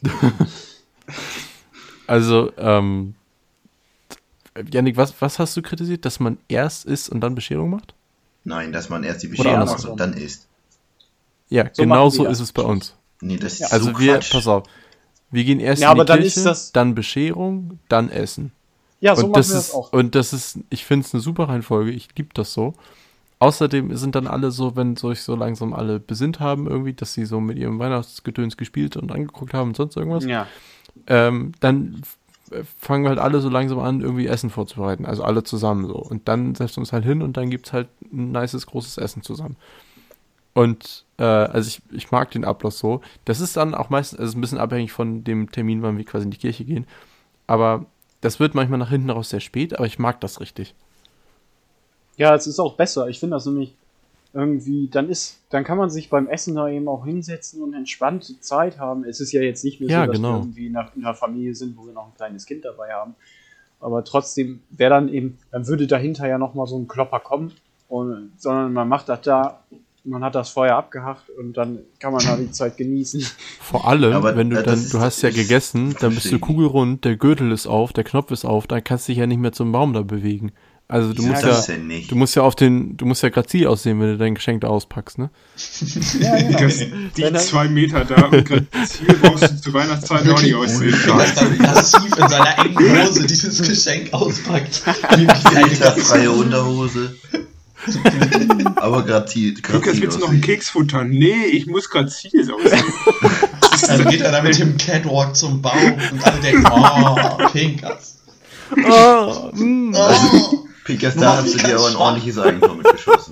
Also, ähm, Jannik, was, was hast du kritisiert? Dass man erst isst und dann Bescherung macht? Nein, dass man erst die Oder Bescherung andersrum. macht und dann isst. Ja, So genau machen so wir ist das. es bei uns. Nee, das ist Also so wir, Quatsch. pass auf, wir gehen erst Ja, in die aber dann Kirche, ist das- dann Bescherung, dann Essen. Ja, so und machen das wir ist das auch. und das ist, ich finde es eine super Reihenfolge. Ich liebe das so. Außerdem sind dann alle so, wenn sich so langsam alle besinnt haben irgendwie, dass sie so mit ihrem Weihnachtsgedöns gespielt und angeguckt haben und sonst irgendwas, Ja. ähm, dann f- fangen wir halt alle so langsam an, irgendwie Essen vorzubereiten. Also alle zusammen so. Und dann setzen wir uns halt hin und dann gibt's halt ein nices, großes Essen zusammen. Und äh, also ich, ich mag den Ablauf so. Das ist dann auch meistens, also ein bisschen abhängig von dem Termin, wann wir quasi in die Kirche gehen. Aber das wird manchmal nach hinten raus sehr spät, aber ich mag das richtig. Ja, es ist auch besser. Ich finde das nämlich irgendwie, dann ist, dann kann man sich beim Essen da eben auch hinsetzen und entspannte Zeit haben. Es ist ja jetzt nicht mehr Ja, so, dass genau. wir irgendwie nach in einer Familie sind, wo wir noch ein kleines Kind dabei haben. Aber trotzdem wäre dann eben, dann würde dahinter ja nochmal so ein Klopper kommen, und, sondern man macht das da, man hat das Feuer abgehakt und dann kann man da die Zeit genießen. Vor allem, Aber, wenn du äh, dann, das ist- du hast ja ist- gegessen, dann bist du verstehe ich. kugelrund, der Gürtel ist auf, der Knopf ist auf, dann kannst du dich ja nicht mehr zum Baum da bewegen. Also du Wieso musst das ja, denn nicht? du musst ja auf den, du musst ja grazil aussehen, wenn du dein Geschenk da auspackst, ne? Ja, genau. Das, die Wenn er- zwei Meter da und gerade Ziel brauchst du zur Weihnachtszeit auch nicht aussehen. Dass dann massiv in seiner engen Hose dieses Geschenk auspackt. Wie eine Filterfreie Unterhose. Aber grazil. Lukas, grazil willst du noch einen aussehen. Keks futtern? Nee, ich muss gerade Ziel aussehen. Also geht er da mit dem Catwalk zum Baum und alle denken, oh, Pinkas. Oh, mm. Oh. Pinkers, Nur da mal hast du wie dir ganz aber ein schwach. ordentliches Eigentor mitgeschossen.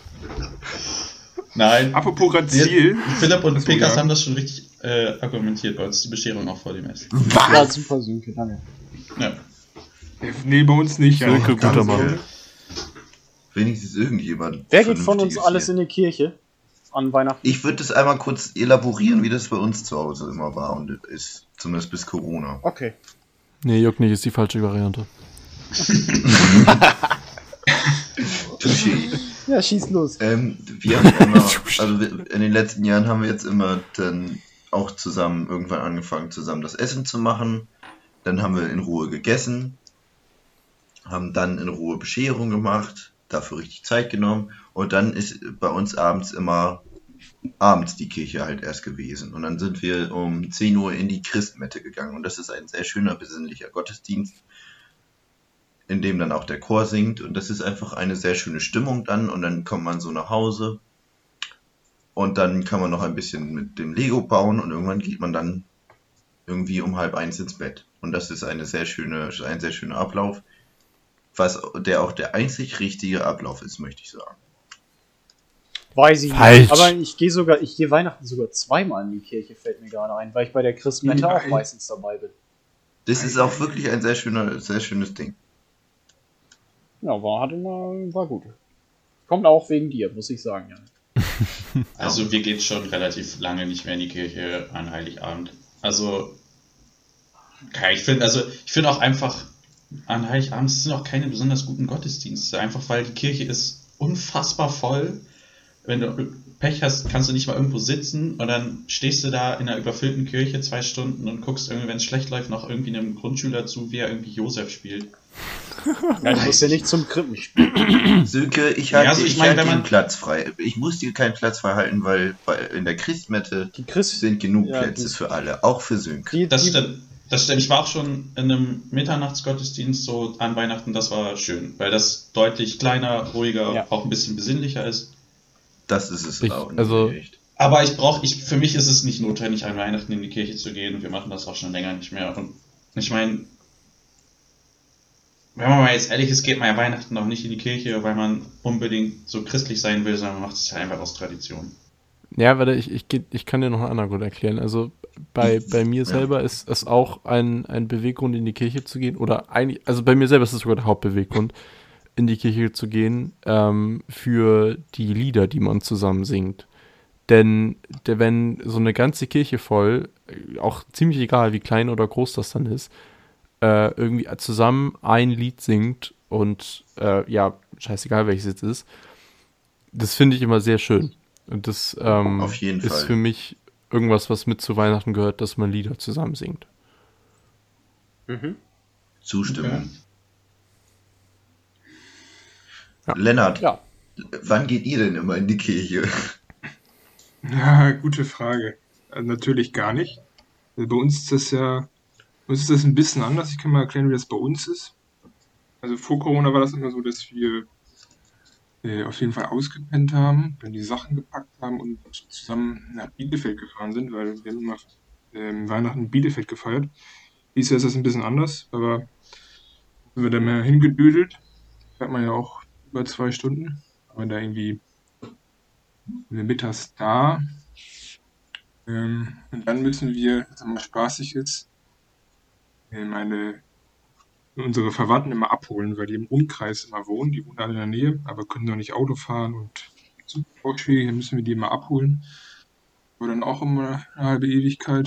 Nein. Apropos gerade Wir, Ziel. Philipp und Achso, Pinkas ja. haben das schon richtig äh, argumentiert bei uns, die Bescherung auch vor dem Essen. Ja, super Sönke, danke. Ja. Nee, bei uns nicht. Ja. Sönke, guter Mann. Ja. Wenigstens irgendjemand. Wer geht von uns Vernünftiges alles hier. in die Kirche an Weihnachten? Ich würde das einmal kurz elaborieren, wie das bei uns zu Hause immer war und ist. Zumindest bis Corona. Okay. Nee, juckt nicht, ist die falsche Variante. Touché. Ja, schieß los. Ähm, wir haben immer, also wir- in den letzten Jahren haben wir jetzt immer dann auch zusammen irgendwann angefangen, zusammen das Essen zu machen. Dann haben wir in Ruhe gegessen, haben dann in Ruhe Bescherung gemacht, dafür richtig Zeit genommen und dann ist bei uns abends immer abends die Kirche halt erst gewesen. Und dann sind wir um zehn Uhr in die Christmette gegangen und das ist ein sehr schöner, besinnlicher Gottesdienst, in dem dann auch der Chor singt und das ist einfach eine sehr schöne Stimmung dann und dann kommt man so nach Hause und dann kann man noch ein bisschen mit dem Lego bauen und irgendwann geht man dann irgendwie um halb eins ins Bett und das ist eine sehr schöne, ein sehr schöner Ablauf, was der auch der einzig richtige Ablauf ist, möchte ich sagen. Weiß ich Falsch. nicht. Aber ich gehe sogar, ich gehe Weihnachten sogar zweimal in die Kirche, fällt mir gerade ein, weil ich bei der Christmette auch Nein. meistens dabei bin. Das ist auch wirklich ein sehr schöner, sehr schönes Ding. Ja, war, hatte mal, war gut. Kommt auch wegen dir, muss ich sagen, ja. Also wir gehen schon relativ lange nicht mehr in die Kirche an Heiligabend. Also, okay, ich finde, also ich finde auch einfach, an Heiligabend sind auch keine besonders guten Gottesdienste, einfach weil die Kirche ist unfassbar voll. Wenn du Pech hast, kannst du nicht mal irgendwo sitzen und dann stehst du da in einer überfüllten Kirche zwei Stunden und guckst irgendwie, wenn es schlecht läuft, noch irgendwie einem Grundschüler zu, wie er irgendwie Josef spielt. Ja, du musst ja nicht zum Krippenspiel. Sönke, ich halte Ja, also ich ich meine, halte wenn man- den Platz frei. Ich muss dir keinen Platz frei halten, weil bei, in der Christmette Die Christ sind genug Ja, Plätze die- für alle, auch für Sönke. die, Das die, stimmt. Das stimmt. Ich war auch schon in einem Mitternachtsgottesdienst so an Weihnachten, das war schön, weil das deutlich kleiner, ruhiger, Ja. auch ein bisschen besinnlicher ist. Das ist es Ich- auch. also- echt. Aber ich brauche, ich, für mich ist es nicht notwendig, an Weihnachten in die Kirche zu gehen. Wir machen das auch schon länger nicht mehr. Und ich meine, wenn man mal jetzt ehrlich ist, geht man ja Weihnachten auch nicht in die Kirche, weil man unbedingt so christlich sein will, sondern man macht es ja einfach aus Tradition. Ja, warte, ich, ich, geh- ich kann dir noch einen anderen Grund erklären. Also bei, bei mir selber ist es auch ein, ein Beweggrund, in die Kirche zu gehen. Oder eigentlich, also bei mir selber ist es sogar der Hauptbeweggrund, in die Kirche zu gehen, ähm, für die Lieder, die man zusammen singt. Denn der, wenn so eine ganze Kirche voll, auch ziemlich egal, wie klein oder groß das dann ist, äh, irgendwie zusammen ein Lied singt und äh, ja, scheißegal welches es ist, das finde ich immer sehr schön. Und das ähm, Auf jeden ist Fall. für mich irgendwas, was mit zu Weihnachten gehört, dass man Lieder zusammen singt. Mhm. Zustimmung. Ja. Lennart, Ja. wann geht ihr denn immer in die Kirche? Ja, gute Frage. Also natürlich gar nicht. Also bei uns ist das ja, bei uns ist das ein bisschen anders. Ich kann mal erklären, wie das bei uns ist. Also vor Corona war das immer so, dass wir äh, auf jeden Fall ausgepennt haben, dann die Sachen gepackt haben und zusammen nach Bielefeld gefahren sind, weil wir haben immer ähm, Weihnachten in Bielefeld gefeiert. Dieses Jahr ist das ein bisschen anders, aber sind wir dann mehr hingedüdelt. Fährt man ja auch über zwei Stunden. Aber da irgendwie sind wir mittags da. Ähm, und dann müssen wir, was immer spaßig ist, äh, meine, unsere Verwandten immer abholen, weil die im Umkreis immer wohnen. Die wohnen alle in der Nähe, aber können noch nicht Auto fahren und ist auch schwierig, dann müssen wir die immer abholen. Aber dann auch immer eine halbe Ewigkeit.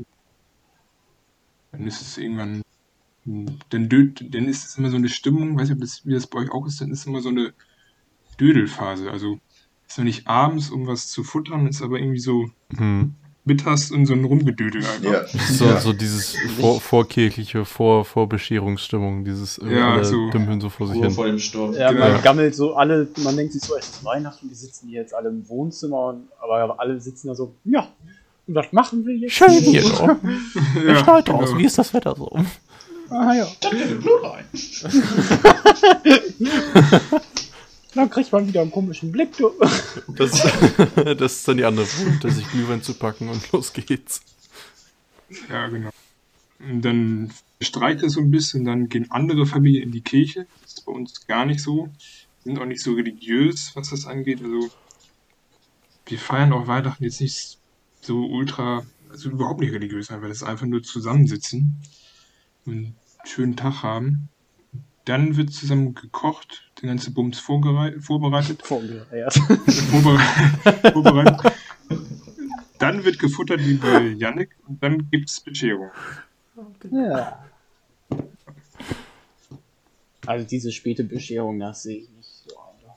Dann ist es irgendwann, dann, dö- dann ist es immer so eine Stimmung, weiß nicht, ob das, wie das bei euch auch ist, dann ist immer so eine Dödelphase. Also ist noch nicht abends, um was zu futtern, ist aber irgendwie so Hm. mittags und so ein Rumgedödel einfach. Ja. So, ja. so dieses vor, vorkirchliche, vor, Vorbescherungsstimmung, dieses irgendwie Ja, alle so. dümpeln so vor sich Ruhe hin. vor dem Sturm. Ja, Genau. man gammelt so alle, man denkt sich so, es ist Weihnachten, wir sitzen hier jetzt alle im Wohnzimmer, und, aber alle sitzen da so, ja, und was machen wir jetzt? Schön hier, doch. Ja, Es schneit draußen. genau. Wie ist das Wetter so? Ah ja, Dann geht den Blut rein. dann kriegt man wieder einen komischen Blick, du. Das, das ist dann die andere Variante, sich Glühwein zu packen und los geht's. Ja, genau. Und dann streikt es so ein bisschen, dann gehen andere Familien in die Kirche. Das ist bei uns gar nicht so. Wir sind auch nicht so religiös, was das angeht. Also wir feiern auch Weihnachten jetzt nicht so ultra, also überhaupt nicht religiös, weil das ist einfach nur zusammensitzen und einen schönen Tag haben. Dann wird zusammen gekocht, der ganze Bums vorgerei- vorbereitet. Vorgehört. Vorberei- vorbereitet. Dann wird gefuttert wie bei Yannick und dann gibt es Bescherung. Ja. Also diese späte Bescherung, das sehe ich nicht so. Alter.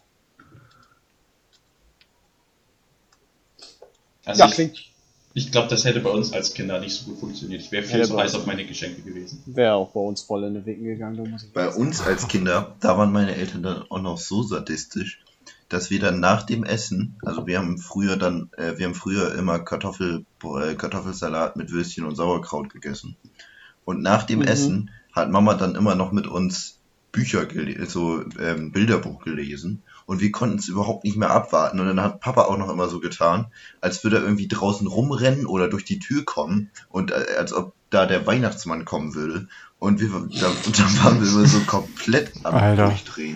Also Ja, ich, klingt, ich glaube, das hätte bei uns als Kinder nicht so gut funktioniert. Ich wäre viel Hätte zu bei heiß uns- auf meine Geschenke gewesen. wäre auch bei uns voll in die Wicken gegangen, da muss ich Bei uns als Kinder, da waren meine Eltern dann auch noch so sadistisch, dass wir dann nach dem Essen, also wir haben früher dann, äh, wir haben früher immer Kartoffel, äh, Kartoffelsalat mit Würstchen und Sauerkraut gegessen. Und nach dem Mhm. Essen hat Mama dann immer noch mit uns Bücher gelesen, so ähm, Bilderbuch gelesen. Und wir konnten es überhaupt nicht mehr abwarten. Und dann hat Papa auch noch immer so getan, als würde er irgendwie draußen rumrennen oder durch die Tür kommen und äh, als ob da der Weihnachtsmann kommen würde. Und wir da, und dann waren wir immer so komplett am Alter. Durchdrehen.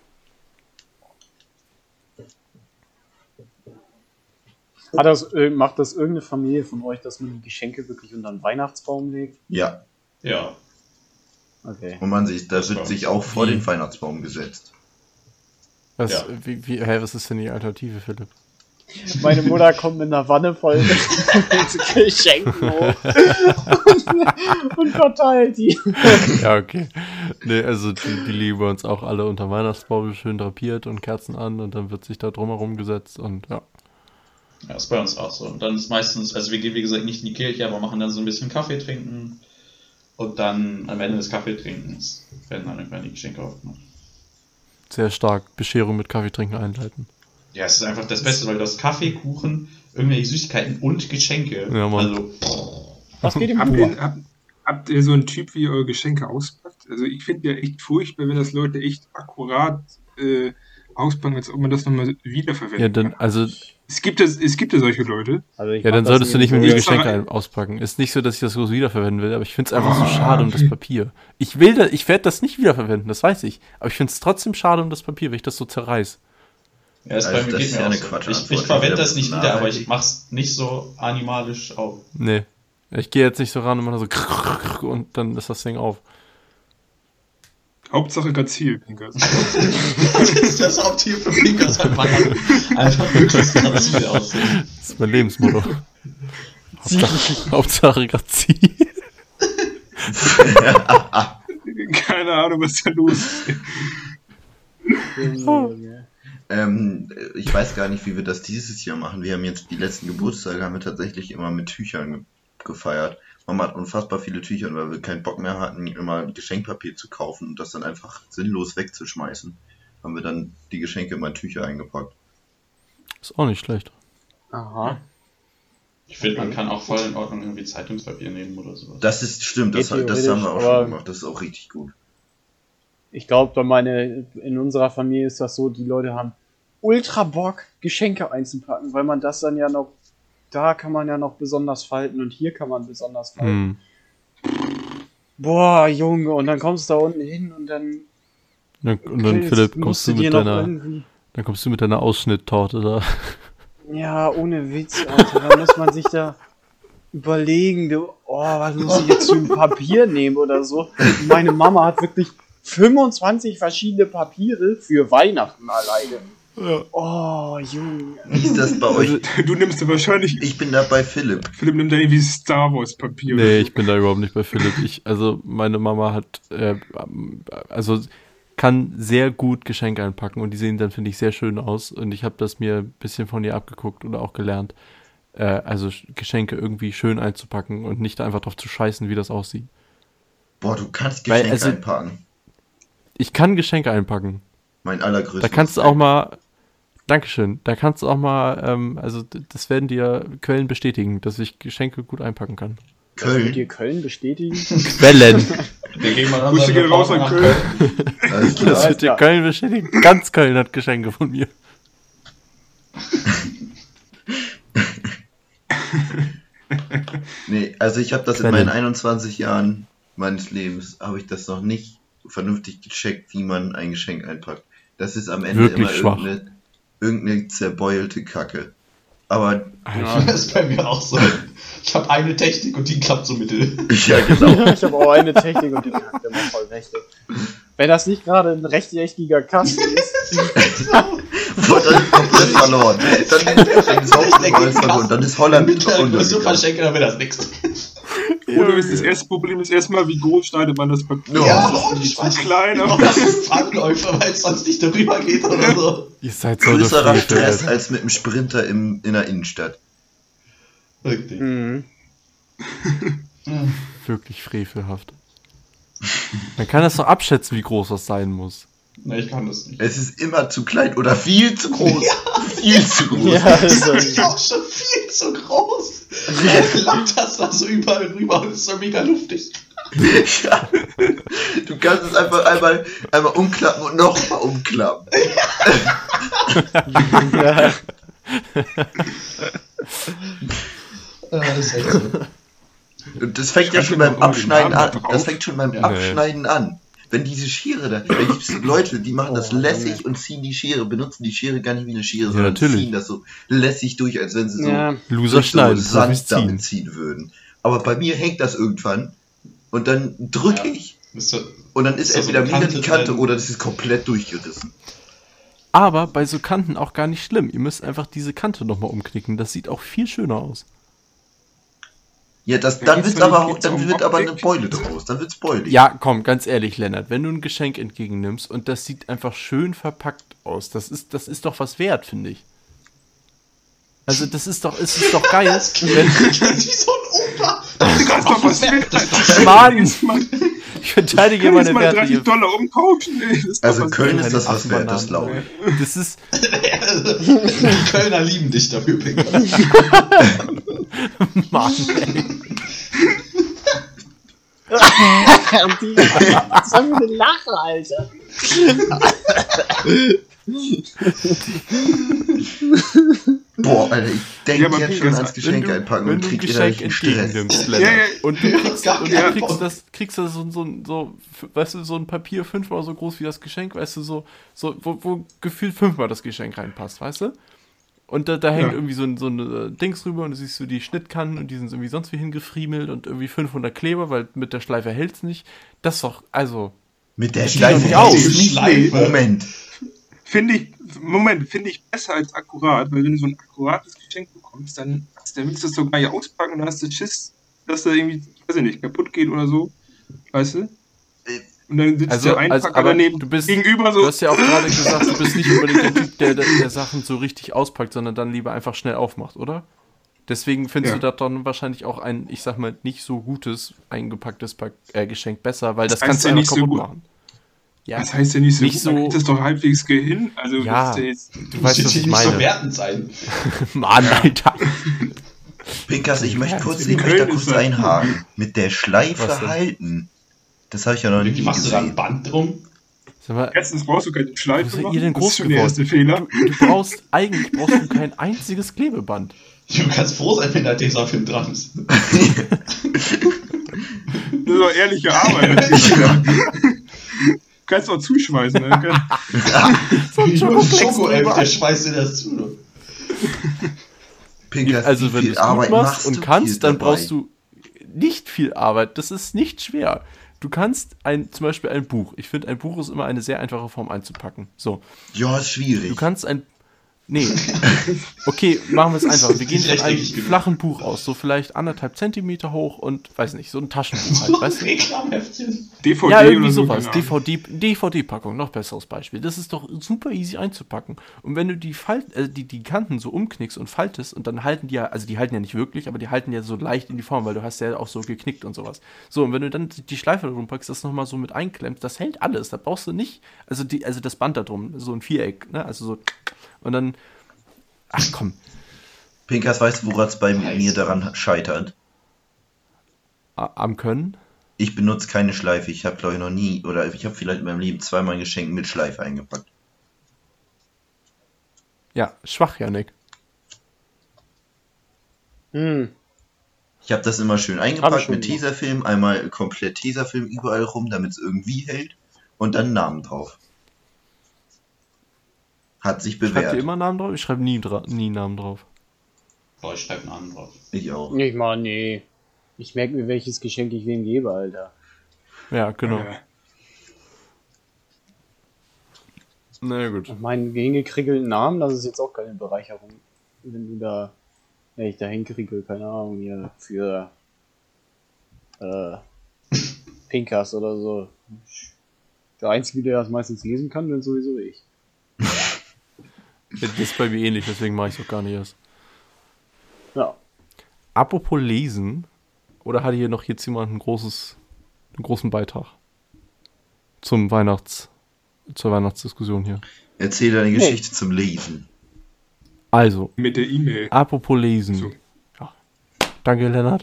Hat das, äh, macht das irgendeine Familie von euch, dass man die Geschenke wirklich unter den Weihnachtsbaum legt? Ja, Ja. Okay. und man sieht, da Das wird war- sich auch vor Wie? den Weihnachtsbaum gesetzt. Was, Ja. wie, wie, hä, was ist denn die Alternative, Philipp? Meine Mutter kommt mit einer Wanne voll mit Geschenken hoch und, und verteilt die. Ja, okay. Nee, also die, die liegen bei uns auch alle unter Weihnachtsbaum schön drapiert und Kerzen an und dann wird sich da drumherum gesetzt und ja. Ja, ist bei uns auch so. Und dann ist meistens, also wir gehen wie gesagt nicht in die Kirche, aber machen dann so ein bisschen Kaffee trinken. Und dann am Ende des Kaffeetrinkens werden dann irgendwann die Geschenke aufgemacht. Sehr stark Bescherung mit Kaffee trinken einleiten. Ja, es ist einfach das Beste, weil du hast Kaffee, Kuchen, irgendwelche Süßigkeiten und Geschenke. Ja, Mann. Also, Was geht im Habt Hunger? ihr, habt, habt ihr so einen Typ, wie ihr eure Geschenke auspackt? Also ich finde ja echt furchtbar, wenn das Leute echt akkurat äh, auspacken, als ob man das nochmal wiederverwenden Ja, dann, kann. also, Es gibt, ja, es gibt ja solche Leute. Also ich ja, mach dann das solltest du nicht mit mir so. Geschenke Ja. ein- auspacken. Ist nicht so, dass ich das groß wiederverwenden will, aber ich finde es einfach so Ah, schade um das okay. Papier. Ich will das, ich werde das nicht wiederverwenden, das weiß ich. Aber ich finde es trotzdem schade um das Papier, weil ich das so zerreiß. ja, das Also bei mir das geht ist mir ja auch eine so. Quatschantwort. Ich, ich verwende Entweder das nicht bist du wieder, aber ich nachhaltig. mach's nicht so animalisch auf. Nee. Ich gehe jetzt nicht so ran und mache so und dann ist das Ding auf. Hauptsache Grazil, Pinkers. Das ist das Hauptziel für Pinkers. Einfach möglichst Grazil aussehen. Das ist mein Lebensmotto. Hauptsache, Hauptsache Grazil. Keine Ahnung, was da los ist. Ähm, ich weiß gar nicht, wie wir das dieses Jahr machen. Wir haben jetzt die letzten Geburtstage haben wir tatsächlich immer mit Tüchern ge gefeiert. Mama hat unfassbar viele Tücher, weil wir keinen Bock mehr hatten, immer Geschenkpapier zu kaufen und das dann einfach sinnlos wegzuschmeißen. Haben wir dann die Geschenke immer in Tücher eingepackt. Ist auch nicht schlecht. Aha. Ich finde, man kann auch voll in Ordnung irgendwie Zeitungspapier nehmen oder sowas. Das ist stimmt, das, Geht das haben wir auch theoretisch, schon aber- gemacht. Das ist auch richtig gut. Ich glaube, bei meine, in unserer Familie ist das so, die Leute haben ultra Bock, Geschenke einzupacken, weil man das dann ja noch, da kann man ja noch besonders falten und hier kann man besonders falten. Hm. Boah, Junge, und dann kommst du da unten hin und dann, Und dann, Chris, Philipp, musst kommst du dir mit noch deiner, irgendwie, dann kommst du mit deiner Ausschnitttorte da. ja, ohne Witz, Alter, da muss man sich da überlegen, du, oh, was muss ich jetzt für ein Papier nehmen oder so. Meine Mama hat wirklich fünfundzwanzig verschiedene Papiere für Weihnachten alleine. Ja. Oh, Junge. Wie ist das bei euch? Du nimmst ja wahrscheinlich. Ich bin da bei Philipp. Philipp nimmt da irgendwie Star Wars Papier. oder Nee, so. ich bin da überhaupt nicht bei Philipp. Ich, also meine Mama hat, äh, also kann sehr gut Geschenke einpacken und die sehen dann, finde ich, sehr schön aus und ich habe das mir ein bisschen von ihr abgeguckt oder auch gelernt, äh, also Geschenke irgendwie schön einzupacken und nicht einfach drauf zu scheißen, wie das aussieht. Boah, du kannst Weil, Geschenke also- einpacken. Ich kann Geschenke einpacken. Mein allergrößtes. Da kannst du auch mal, Dankeschön, da kannst du auch mal, ähm, also d- das werden dir Quellen bestätigen, dass ich Geschenke gut einpacken kann. Das wird Köln. dir Köln bestätigen? Quellen! Wir gehen mal Grüße gehen raus an Köln. Alles Das klar. wird dir Ja. Köln bestätigen. Ganz Köln hat Geschenke von mir. Nee, also ich habe das in Quellen. meinen einundzwanzig Jahren meines Lebens, habe ich das noch nicht vernünftig gecheckt, wie man ein Geschenk einpackt. Das ist am Ende Wirklich immer schwach. irgendeine, irgendeine zerbeulte Kacke. Aber, Ja. Das ist bei mir auch so. Ich habe eine Technik und die klappt so mittel. ja genau, Ich habe auch eine Technik und die kackt immer voll rechte. Wenn das nicht gerade ein rechteckiger Kasten ist, Boah, dann ist komplett verloren. Dann, dann ist Hauptsache verloren. Dann ist Holland Mittlere Größe untergegangen. verschenke, dann wird das nichts. Oder ist das erste Problem ist erstmal, wie groß schneidet man das Papier? Ja, Das ist irgendwie ich weiß zu nicht. klein, Aber aber das ist Anläufer, weil es sonst nicht darüber geht oder so. Ihr seid so eine Größerer Frevel, Stress ey. als mit einem Sprinter im, in der Innenstadt. Richtig. mhm. Wirklich frevelhaft. Man kann das doch abschätzen, wie groß das sein muss. Ne, ich kann das nicht. Es ist immer zu klein oder viel zu groß. Viel zu groß. Ja, also, Das ist auch schon viel zu groß. Er klappt das da so überall rüber und ist so mega luftig. Ja. Du kannst es einfach einmal, einmal umklappen und nochmal umklappen. ja. Das ist echt so. Und das fängt ja Schreib schon mir beim doch mal den Abschneiden Namen an. drauf. Das fängt schon beim Ja. Abschneiden an. Wenn diese Schere da, da gibt es Leute, die machen das Oh, lässig und ziehen die Schere, benutzen die Schere gar nicht wie eine Schere, Ja, sondern natürlich. ziehen das so lässig durch, als wenn sie so, Ja. Loser durch so schneiden, Sand Profis damit ziehen. ziehen würden. Aber bei mir hängt das irgendwann und dann drücke Ja. ich Ist so- und dann ist Ist da so entweder eine wieder Kante die Kante drin? oder das ist komplett durchgerissen. Aber bei so Kanten auch gar nicht schlimm. Ihr müsst einfach diese Kante nochmal umknicken. Das sieht auch viel schöner aus. Ja, das, Da dann geht's wird doch aber nicht- auch, geht's dann um wird aber eine Optik? Beule draus, dann wird's beulig. Ja, komm, ganz ehrlich, Lennart, wenn du ein Geschenk entgegennimmst und das sieht einfach schön verpackt aus, das ist, das ist doch was wert, finde ich. Also das ist doch, es ist doch geil, Das klingt wenn, wie so ein Opa. das ist doch was wert. Das Mann, ist mal, ich verteidige kann meine jetzt mal Werte dreißig hier. Dollar umtauschen. Ey, das ist doch Also was Köln wert. ist das was Affenbananen. wert, das glaube ich. Das ist, Die Kölner lieben dich dafür, Pinker. Mann, ey. Die, was haben wir eine Lache, Alter? Boah, Alter, ich denke Ja, aber jetzt Pink, schon das- ans Geschenk wenn du, einpacken wenn und du ein krieg Geschenk innerlichen Stress. entgegennimmst, Ja, Lennart, ja. und du kriegst, Gar und keinen du kriegst Bock. das, kriegst das so, so, so, weißt du, so ein Papier fünfmal so groß wie das Geschenk, weißt du, so, so wo, wo gefühlt fünfmal das Geschenk reinpasst, weißt du? Und da, da hängt Ja. irgendwie so ein, so ein äh, Dings rüber und du siehst so die Schnittkanten und die sind irgendwie sonst wie hingefriemelt und irgendwie fünfhundert Kleber, weil mit der Schleife hält's nicht. Das ist doch, also, Mit der Das sieht doch nicht Schleife. aus. Das ist nicht- Schleife. Moment. Finde ich, Moment, finde ich besser als akkurat, weil wenn du so ein akkurates Geschenk bekommst, dann, dann willst du es doch gar nicht auspacken und dann hast du Schiss, dass da irgendwie, weiß ich nicht, kaputt geht oder so. Weißt du? Und dann sitzt Also, der Einpacker also aber daneben du bist, gegenüber so. du hast ja auch gerade gesagt, du bist nicht unbedingt der Typ, der, der, der Sachen so richtig auspackt, sondern dann lieber einfach schnell aufmacht, oder? Deswegen findest Ja. du da dann wahrscheinlich auch ein, ich sag mal, nicht so gutes eingepacktes Pack, äh, Geschenk besser, weil das, Das kannst heißt du ja einfach nicht so kaputt gut. machen. Ja, Das heißt ja nicht so, Nicht gut, so- man kriegt das doch halbwegs hin. Also, Ja. das ist ja jetzt, du weißt, was Muss ich nicht so meine. wertend sein. Mann, Alter. Pinkas, ich möchte kurz, in ich möchte da Köln kurz ist das- einhaken. Mit der Was Schleife denn? halten. Das habe ich ja noch nie Wie machst du da ein gesehen. Band drum? Sag mal, erstens brauchst du keine Schleife Wo seid machen, ihr denn das groß ist schon der geworden? erste Fehler. du brauchst, eigentlich brauchst du kein einziges Klebeband. Du kannst froh sein, wenn der Tesafilm dran ist. Das ist doch ehrliche Arbeit. natürlich. Du kannst auch zuschmeißen. Ne? Du kannst- Wie nur ein Schokotext Schokoelf, drüber. der schmeißt dir das zu. Pinkas, Also wie wenn du viel es gut Arbeit machst machst und du kannst, hier dann dabei? brauchst du nicht viel Arbeit. Das ist nicht schwer. Du kannst ein, zum Beispiel ein Buch. Ich finde, ein Buch ist immer eine sehr einfache Form einzupacken. So, Ja, ist schwierig. du kannst ein... Nee. Okay, machen wir es einfach. Wir gehen von einem Rechteckig genug. flachen Buch aus. So vielleicht anderthalb Zentimeter hoch und, weiß nicht, so ein Taschenbuch halt, weißt du? Reklamheftchen. D V D Ja, irgendwie oder so. sowas. keine Ahnung. D V D, D V D-Packung, noch besseres Beispiel. Das ist doch super easy einzupacken. Und wenn du die, Falt, äh, die, die Kanten so umknickst und faltest und dann halten die ja, also die halten ja nicht wirklich, aber die halten ja so leicht in die Form, weil du hast ja auch so geknickt und sowas. So, und wenn du dann die Schleife da drum packst, das nochmal so mit einklemmst, das hält alles. Da brauchst du nicht, also die, also das Band da drum, so ein Viereck, ne, also so, und dann, ach komm, Pinkas, weißt du, woran es bei Heiß. mir daran scheitert? a- am Können. Ich benutze keine Schleife. Ich habe, glaube ich, noch nie, oder ich habe vielleicht in meinem Leben zweimal ein Geschenk mit Schleife eingepackt. Ja, schwach, Janik. Hm. Ich habe das immer schön Hab ich eingepackt schon mit gemacht. Tesafilm, einmal komplett Tesafilm überall rum, damit es irgendwie hält und dann Namen drauf. Hat sich Schreibt bewährt. ihr immer Namen drauf? Ich schreibe nie, dra- nie Namen drauf. Boah, ich schreibe einen Namen drauf. Ich auch. Nicht mal, nee. Ich merke mir, welches Geschenk ich wem gebe, Alter. Ja, genau. Ja. Na ja, gut. Und meinen hingekriegelten Namen, das ist jetzt auch keine Bereicherung. Wenn du da, wenn ich da hinkriegel, keine Ahnung, hier für äh, Pinkas oder so. Der Einzige, der das meistens lesen kann, bin sowieso ich. Das ist bei mir ähnlich, deswegen mache ich es auch gar nicht erst. Ja. Apropos Lesen, oder hat hier noch jetzt jemand ein großes, einen großen Beitrag zum Weihnachts, zur Weihnachtsdiskussion hier? Erzähl deine Geschichte zum Lesen. Also, Mit der E-Mail. apropos Lesen. So. Ja. Danke, Lennart.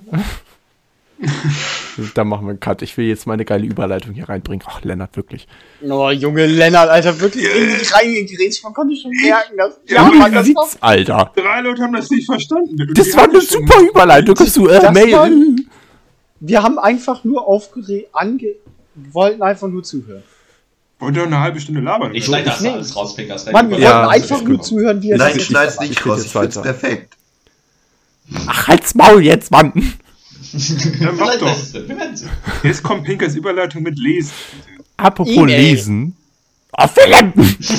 Dann machen wir einen Cut. Ich will jetzt meine geile Überleitung hier reinbringen. Ach, Lennart, wirklich. Oh, Junge Lennart, Alter, wirklich irgendwie reingegrätscht. Man konnte schon merken, dass. Ja, Mann, Junge das war, Witz, Alter. Drei Leute haben das nicht verstanden. Und Das die war haben eine schon- super Überleitung. Kannst du, äh, Das Mail. war- wir haben einfach nur aufgeregt, ange. wollten einfach nur zuhören. Wollte doch eine halbe Stunde labern. Ich So. schneide das Nee. alles raus, Pickers. Mann, wir Ja, wollten das einfach ist nur gut. zuhören, wie er Nein, sich schneid's Ich nicht red raus. jetzt Ich find's weiter. perfekt. Ach, halt's Maul jetzt, Mann. Dann mach Vielleicht doch. lässt es. Wir werden sehen. Jetzt kommt Pinkers Überleitung mit Lesen. Apropos E-Mail. Lesen. Oh, Philipp!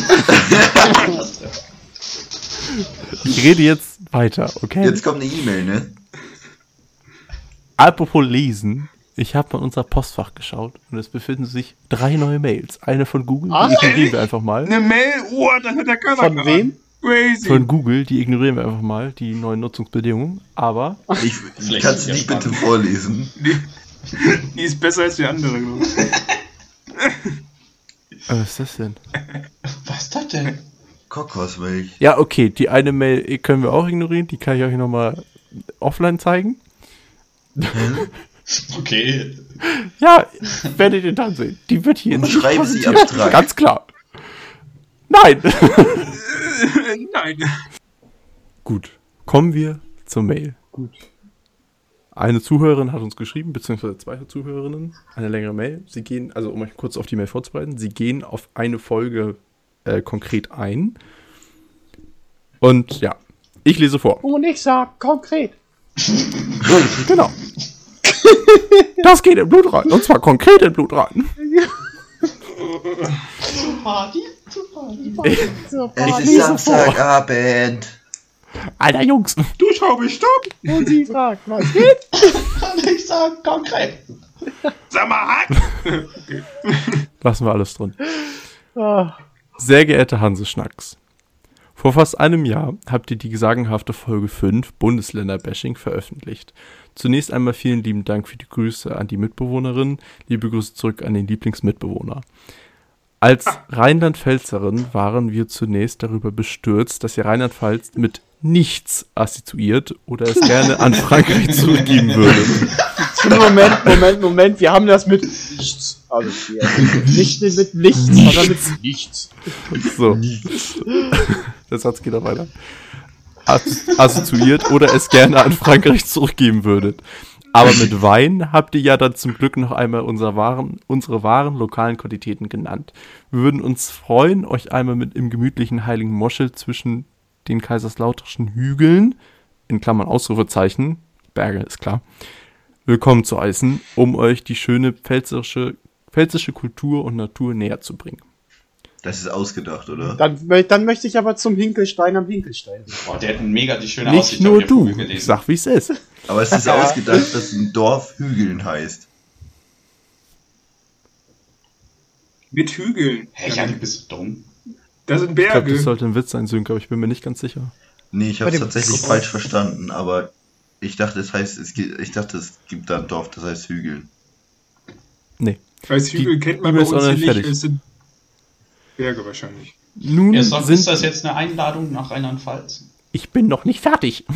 Ich rede jetzt weiter, okay? Jetzt kommt eine E-Mail, ne? Apropos Lesen. Ich habe mal in unser Postfach geschaut und es befinden sich drei neue Mails. Eine von Google, Ah, die ignorieren wir einfach mal. Eine Mail, oh, das hat der Körper Von geahnt. wem? Crazy. Von Google, die ignorieren wir einfach mal, die neuen Nutzungsbedingungen. Aber, Ich, Vielleicht kannst du ist die ja bitte spannend. vorlesen? Die ist besser als die andere, glaube ich. äh, was ist das denn? Was ist das denn? Kokosmilch. Ja, okay, die eine Mail können wir auch ignorieren, die kann ich euch nochmal offline zeigen. Okay. Ja, werdet ihr dann sehen. Die wird hier nicht Umschreibe sie präsentiert. abstrakt. Ganz klar. Nein. Nein. Gut, kommen wir zur Mail. Gut. Eine Zuhörerin hat uns geschrieben, beziehungsweise zwei Zuhörerinnen, eine längere Mail. Sie gehen, also um euch kurz auf die Mail vorzubereiten, sie gehen auf eine Folge äh, konkret ein. Und ja, ich lese vor. Und ich sag konkret. Genau. Das geht in Blut rein. Und zwar konkret in Blut rein. Zu Party, zu Party. Es ist Samstagabend. Alter Jungs. Du schau mich stopp! Und sie fragt, was geht? Und ich sag konkret. Sag mal, Hack! Okay. Lassen wir alles drin. Ah, Sehr geehrte Hanseschnacks, vor fast einem Jahr habt ihr die sagenhafte Folge fünf Bundesländer-Bashing veröffentlicht. Zunächst einmal vielen lieben Dank für die Grüße an die Mitbewohnerin, liebe Grüße zurück an den Lieblingsmitbewohner. Als Rheinland-Pfälzerin waren wir zunächst darüber bestürzt, dass ihr Rheinland-Pfalz mit nichts assoziiert oder es gerne an Frankreich zurückgeben würdet. Moment, Moment, Moment, wir haben das mit nichts. Also hier. Nicht mit nichts, sondern mit nichts. So. Der Satz geht auch weiter. As- assoziiert oder es gerne an Frankreich zurückgeben würdet. Aber mit Wein habt ihr ja dann zum Glück noch einmal unsere wahren, unsere wahren lokalen Qualitäten genannt. Wir würden uns freuen, euch einmal mit im gemütlichen Heiligen Moschel zwischen den kaiserslauterschen Hügeln, in Klammern Ausrufezeichen, Berge ist klar, willkommen zu heißen, um euch die schöne pfälzische, pfälzische Kultur und Natur näher zu bringen. Das ist ausgedacht, oder? Dann, dann möchte ich aber zum Hinkelstein am Hinkelstein. Boah, der hat einen mega die schöne Nicht Aussicht nur auf den du, Vogel ich gelesen. sag wie es ist. Aber es ist ausgedacht, dass ein Dorf Hügeln heißt. Mit Hügeln. Hey, Janik, bist du dumm? Das sind Ich glaube, Berge. das sollte ein Witz sein, Sönke, aber ich bin mir nicht ganz sicher. Nee, ich Bei habe es dem- tatsächlich falsch verstanden, aber ich dachte, es heißt, es gibt, ich dachte, es gibt da ein Dorf, das heißt Hügeln. Nee. Weiß Die Hügel kennt man E-Mail bei ist uns auch hier noch nicht nicht. fertig. Es sind Berge wahrscheinlich. Nun Ja, sag, sind, ist das jetzt eine Einladung nach Rheinland-Pfalz? Ich bin noch nicht fertig.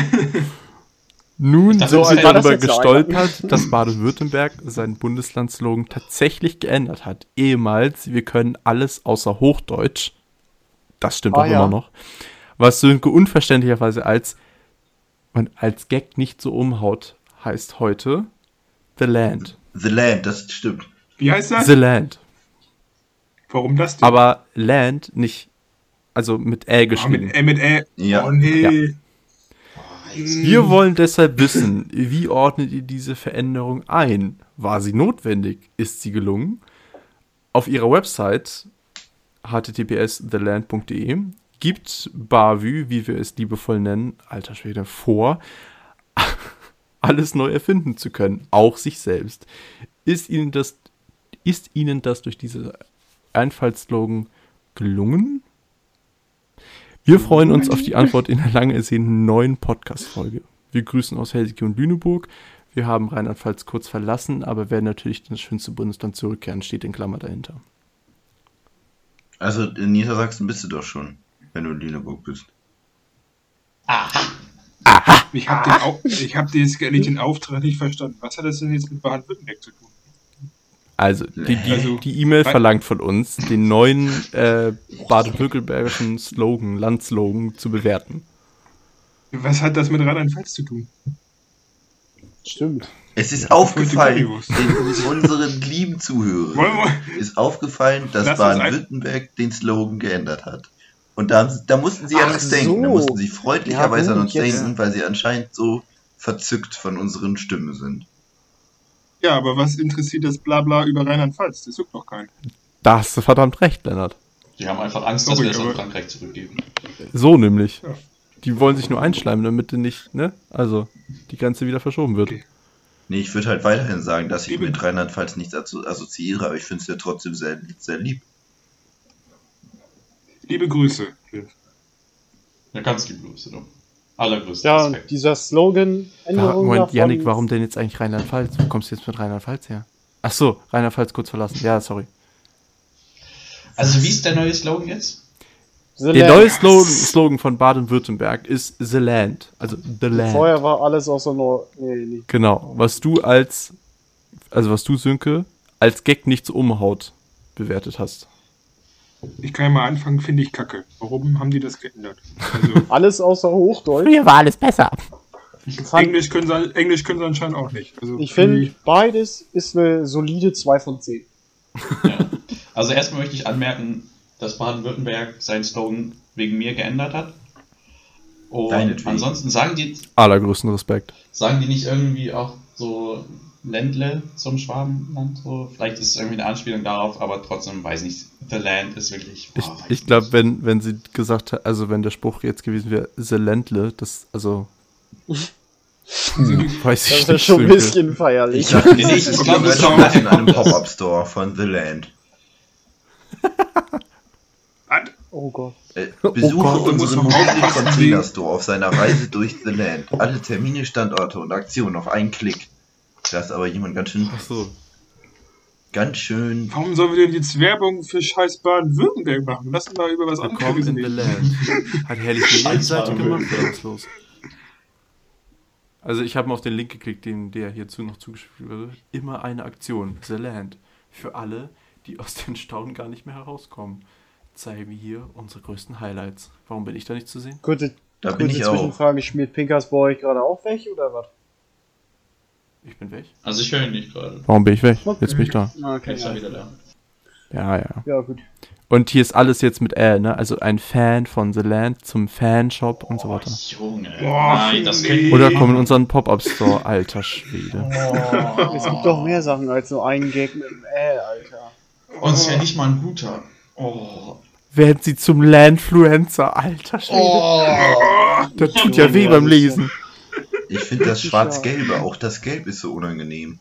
nun Ich dachte, so das sind wäre- wir war das darüber jetzt eine gestolpert, dass Baden-Württemberg seinen Bundeslandslogan tatsächlich geändert hat. Ehemals, wir können alles außer Hochdeutsch. Das stimmt Ah, auch ja. immer noch. Was Sönke unverständlicherweise als, man als Gag nicht so umhaut, heißt heute The Land. The Land, das stimmt. Wie heißt das? The Land. Warum das denn? Aber Land nicht, also mit Ä Ah, geschrieben. mit Ä, mit Ä. Ja. Oh nee. Wir wollen deshalb wissen, wie ordnet ihr diese Veränderung ein? War sie notwendig? Ist sie gelungen? Auf ihrer Website h t t p s the land punkt d e gibt Bavü, wie wir es liebevoll nennen, alter Schwede, vor, alles neu erfinden zu können, auch sich selbst. Ist Ihnen das, ist Ihnen das durch diese Einfallslogan gelungen? Wir freuen uns auf die Antwort in der lang ersehnten neuen Podcast-Folge. Wir grüßen aus Helsinki und Lüneburg. Wir haben Rheinland-Pfalz kurz verlassen, aber werden natürlich in das schönste Bundesland zurückkehren, steht in Klammer dahinter. Also in Niedersachsen bist du doch schon, wenn du in Lüneburg bist. Ich habe den, Au- ich hab jetzt gar nicht den Auftrag nicht verstanden. Was hat das denn jetzt mit Baden-Württemberg zu tun? Also, die die Also, die E-Mail weil- verlangt von uns, den neuen äh, baden-württembergischen Slogan, Landslogan zu bewerten. Was hat das mit Rheinland-Pfalz zu tun? Stimmt. Es ist aufgefallen, Currywurst. den, unseren lieben Zuhörern Wollen wir- ist aufgefallen, dass Lass uns ein- Baden-Württemberg den Slogan geändert hat. Und da, da mussten sie an Ach uns denken, da so. mussten sie freundlicherweise Ja, an gut, uns jetzt- denken, weil sie anscheinend so verzückt von unseren Stimmen sind. Ja, aber was interessiert das Blabla über Rheinland-Pfalz? Das juckt doch keinen. Da hast du verdammt recht, Lennart. Die haben einfach Angst, dass Sorry, wir es an aber- Frankreich zurückgeben. So nämlich. Ja. Die wollen sich nur einschleimen, damit die nicht, ne? Also, die Grenze wieder verschoben wird. Okay. Nee, ich würde halt weiterhin sagen, dass ich Liebe- mit Rheinland-Pfalz nichts asso- assoziiere, aber ich finde es ja trotzdem sehr, sehr lieb. Liebe Grüße. Ja, ganz lieb Grüße, du. Allergrößten Ja, und Respekt. dieser Slogan, Wa- Änderung Moment, davon, Janik, warum denn jetzt eigentlich Rheinland-Pfalz? Wo kommst du jetzt mit Rheinland-Pfalz her? Ach so, Rheinland-Pfalz kurz verlassen. Ja, sorry. Also, wie ist der neue Slogan jetzt? The Der Land. neue Slogan, Slogan von Baden-Württemberg ist The Land. Also The Land. Vorher war alles außer nur. Nee, nee. Genau. Was du als, also was du, Sönke, als Gag nicht so umhaut bewertet hast. Ich kann ja mal anfangen, finde ich kacke. Warum haben die das geändert? Also, Alles außer Hochdeutsch. Früher war alles besser. Fand- Englisch, können sie, Englisch können sie anscheinend auch nicht. Also, Ich finde, die- beides ist eine solide zwei von zehn. Ja. Also, erstmal möchte ich anmerken, dass Baden-Württemberg seinen Slogan wegen mir geändert hat. Und Deinetwegen. ansonsten sagen die, Allergrößten Respekt. sagen die nicht irgendwie auch so Ländle zum Schwabenland. So. Vielleicht ist es irgendwie eine Anspielung darauf, aber trotzdem weiß nicht. The Land ist wirklich. Ich, Boah, ich glaube, wenn, wenn sie gesagt hat, also wenn der Spruch jetzt gewesen wäre, The Ländle, das, also. weiß ich Das ist nicht. schon ein Sönke. bisschen feierlich. Ich dachte, Nee, das ich ist glaub, das irgendetwas kommt- in einem kommt das. Pop-Up-Store von The Land. Oh Gott. Äh, besuche Gott, du musst unseren noch mobilen aufpassen, Container Store auf seiner Reise durch The Land. Alle Termine, Standorte und Aktionen auf einen Klick. Da ist aber jemand ganz schön, Ach so. ganz schön. Warum sollen wir denn jetzt Werbung für scheiß Baden-Württemberg machen? Lass uns mal über was Willkommen anderes in the reden. Land. Hat Herrlich die Seite Scheiß gemacht oder was ist los? Also ich habe mal auf den Link geklickt, den der hierzu noch zugeschrieben wurde. Immer eine Aktion, The Land. Für alle, die aus den Staunen gar nicht mehr herauskommen. Zeigen wir hier unsere größten Highlights. Warum bin ich da nicht zu sehen? Kurze, Da bin kurze ich auch. Zwischenfrage, schmiert Pinkas bei euch gerade auch weg oder was? Ich bin weg. Also ich höre ihn nicht gerade. Warum bin ich weg? Jetzt bin ich da. Okay, Jetzt ist er ja. wieder da. Ja, ja. Ja, gut. Und hier ist alles jetzt mit L, ne? Also ein Fan von The Land zum Fanshop und so Oh, weiter. Junge. Boah, Nein, das nee. können Oder kommen in unseren Pop-Up-Store. Alter Schwede. Oh. Es gibt doch mehr Sachen als nur einen Gag mit dem Äh, Alter. Und es wäre nicht mal ein guter. Oh. Werden sie zum Landfluencer. Alter Schwede. Oh. Das tut ja weh beim Lesen. Ich finde das Schwarz-Gelbe, auch das Gelb ist so unangenehm.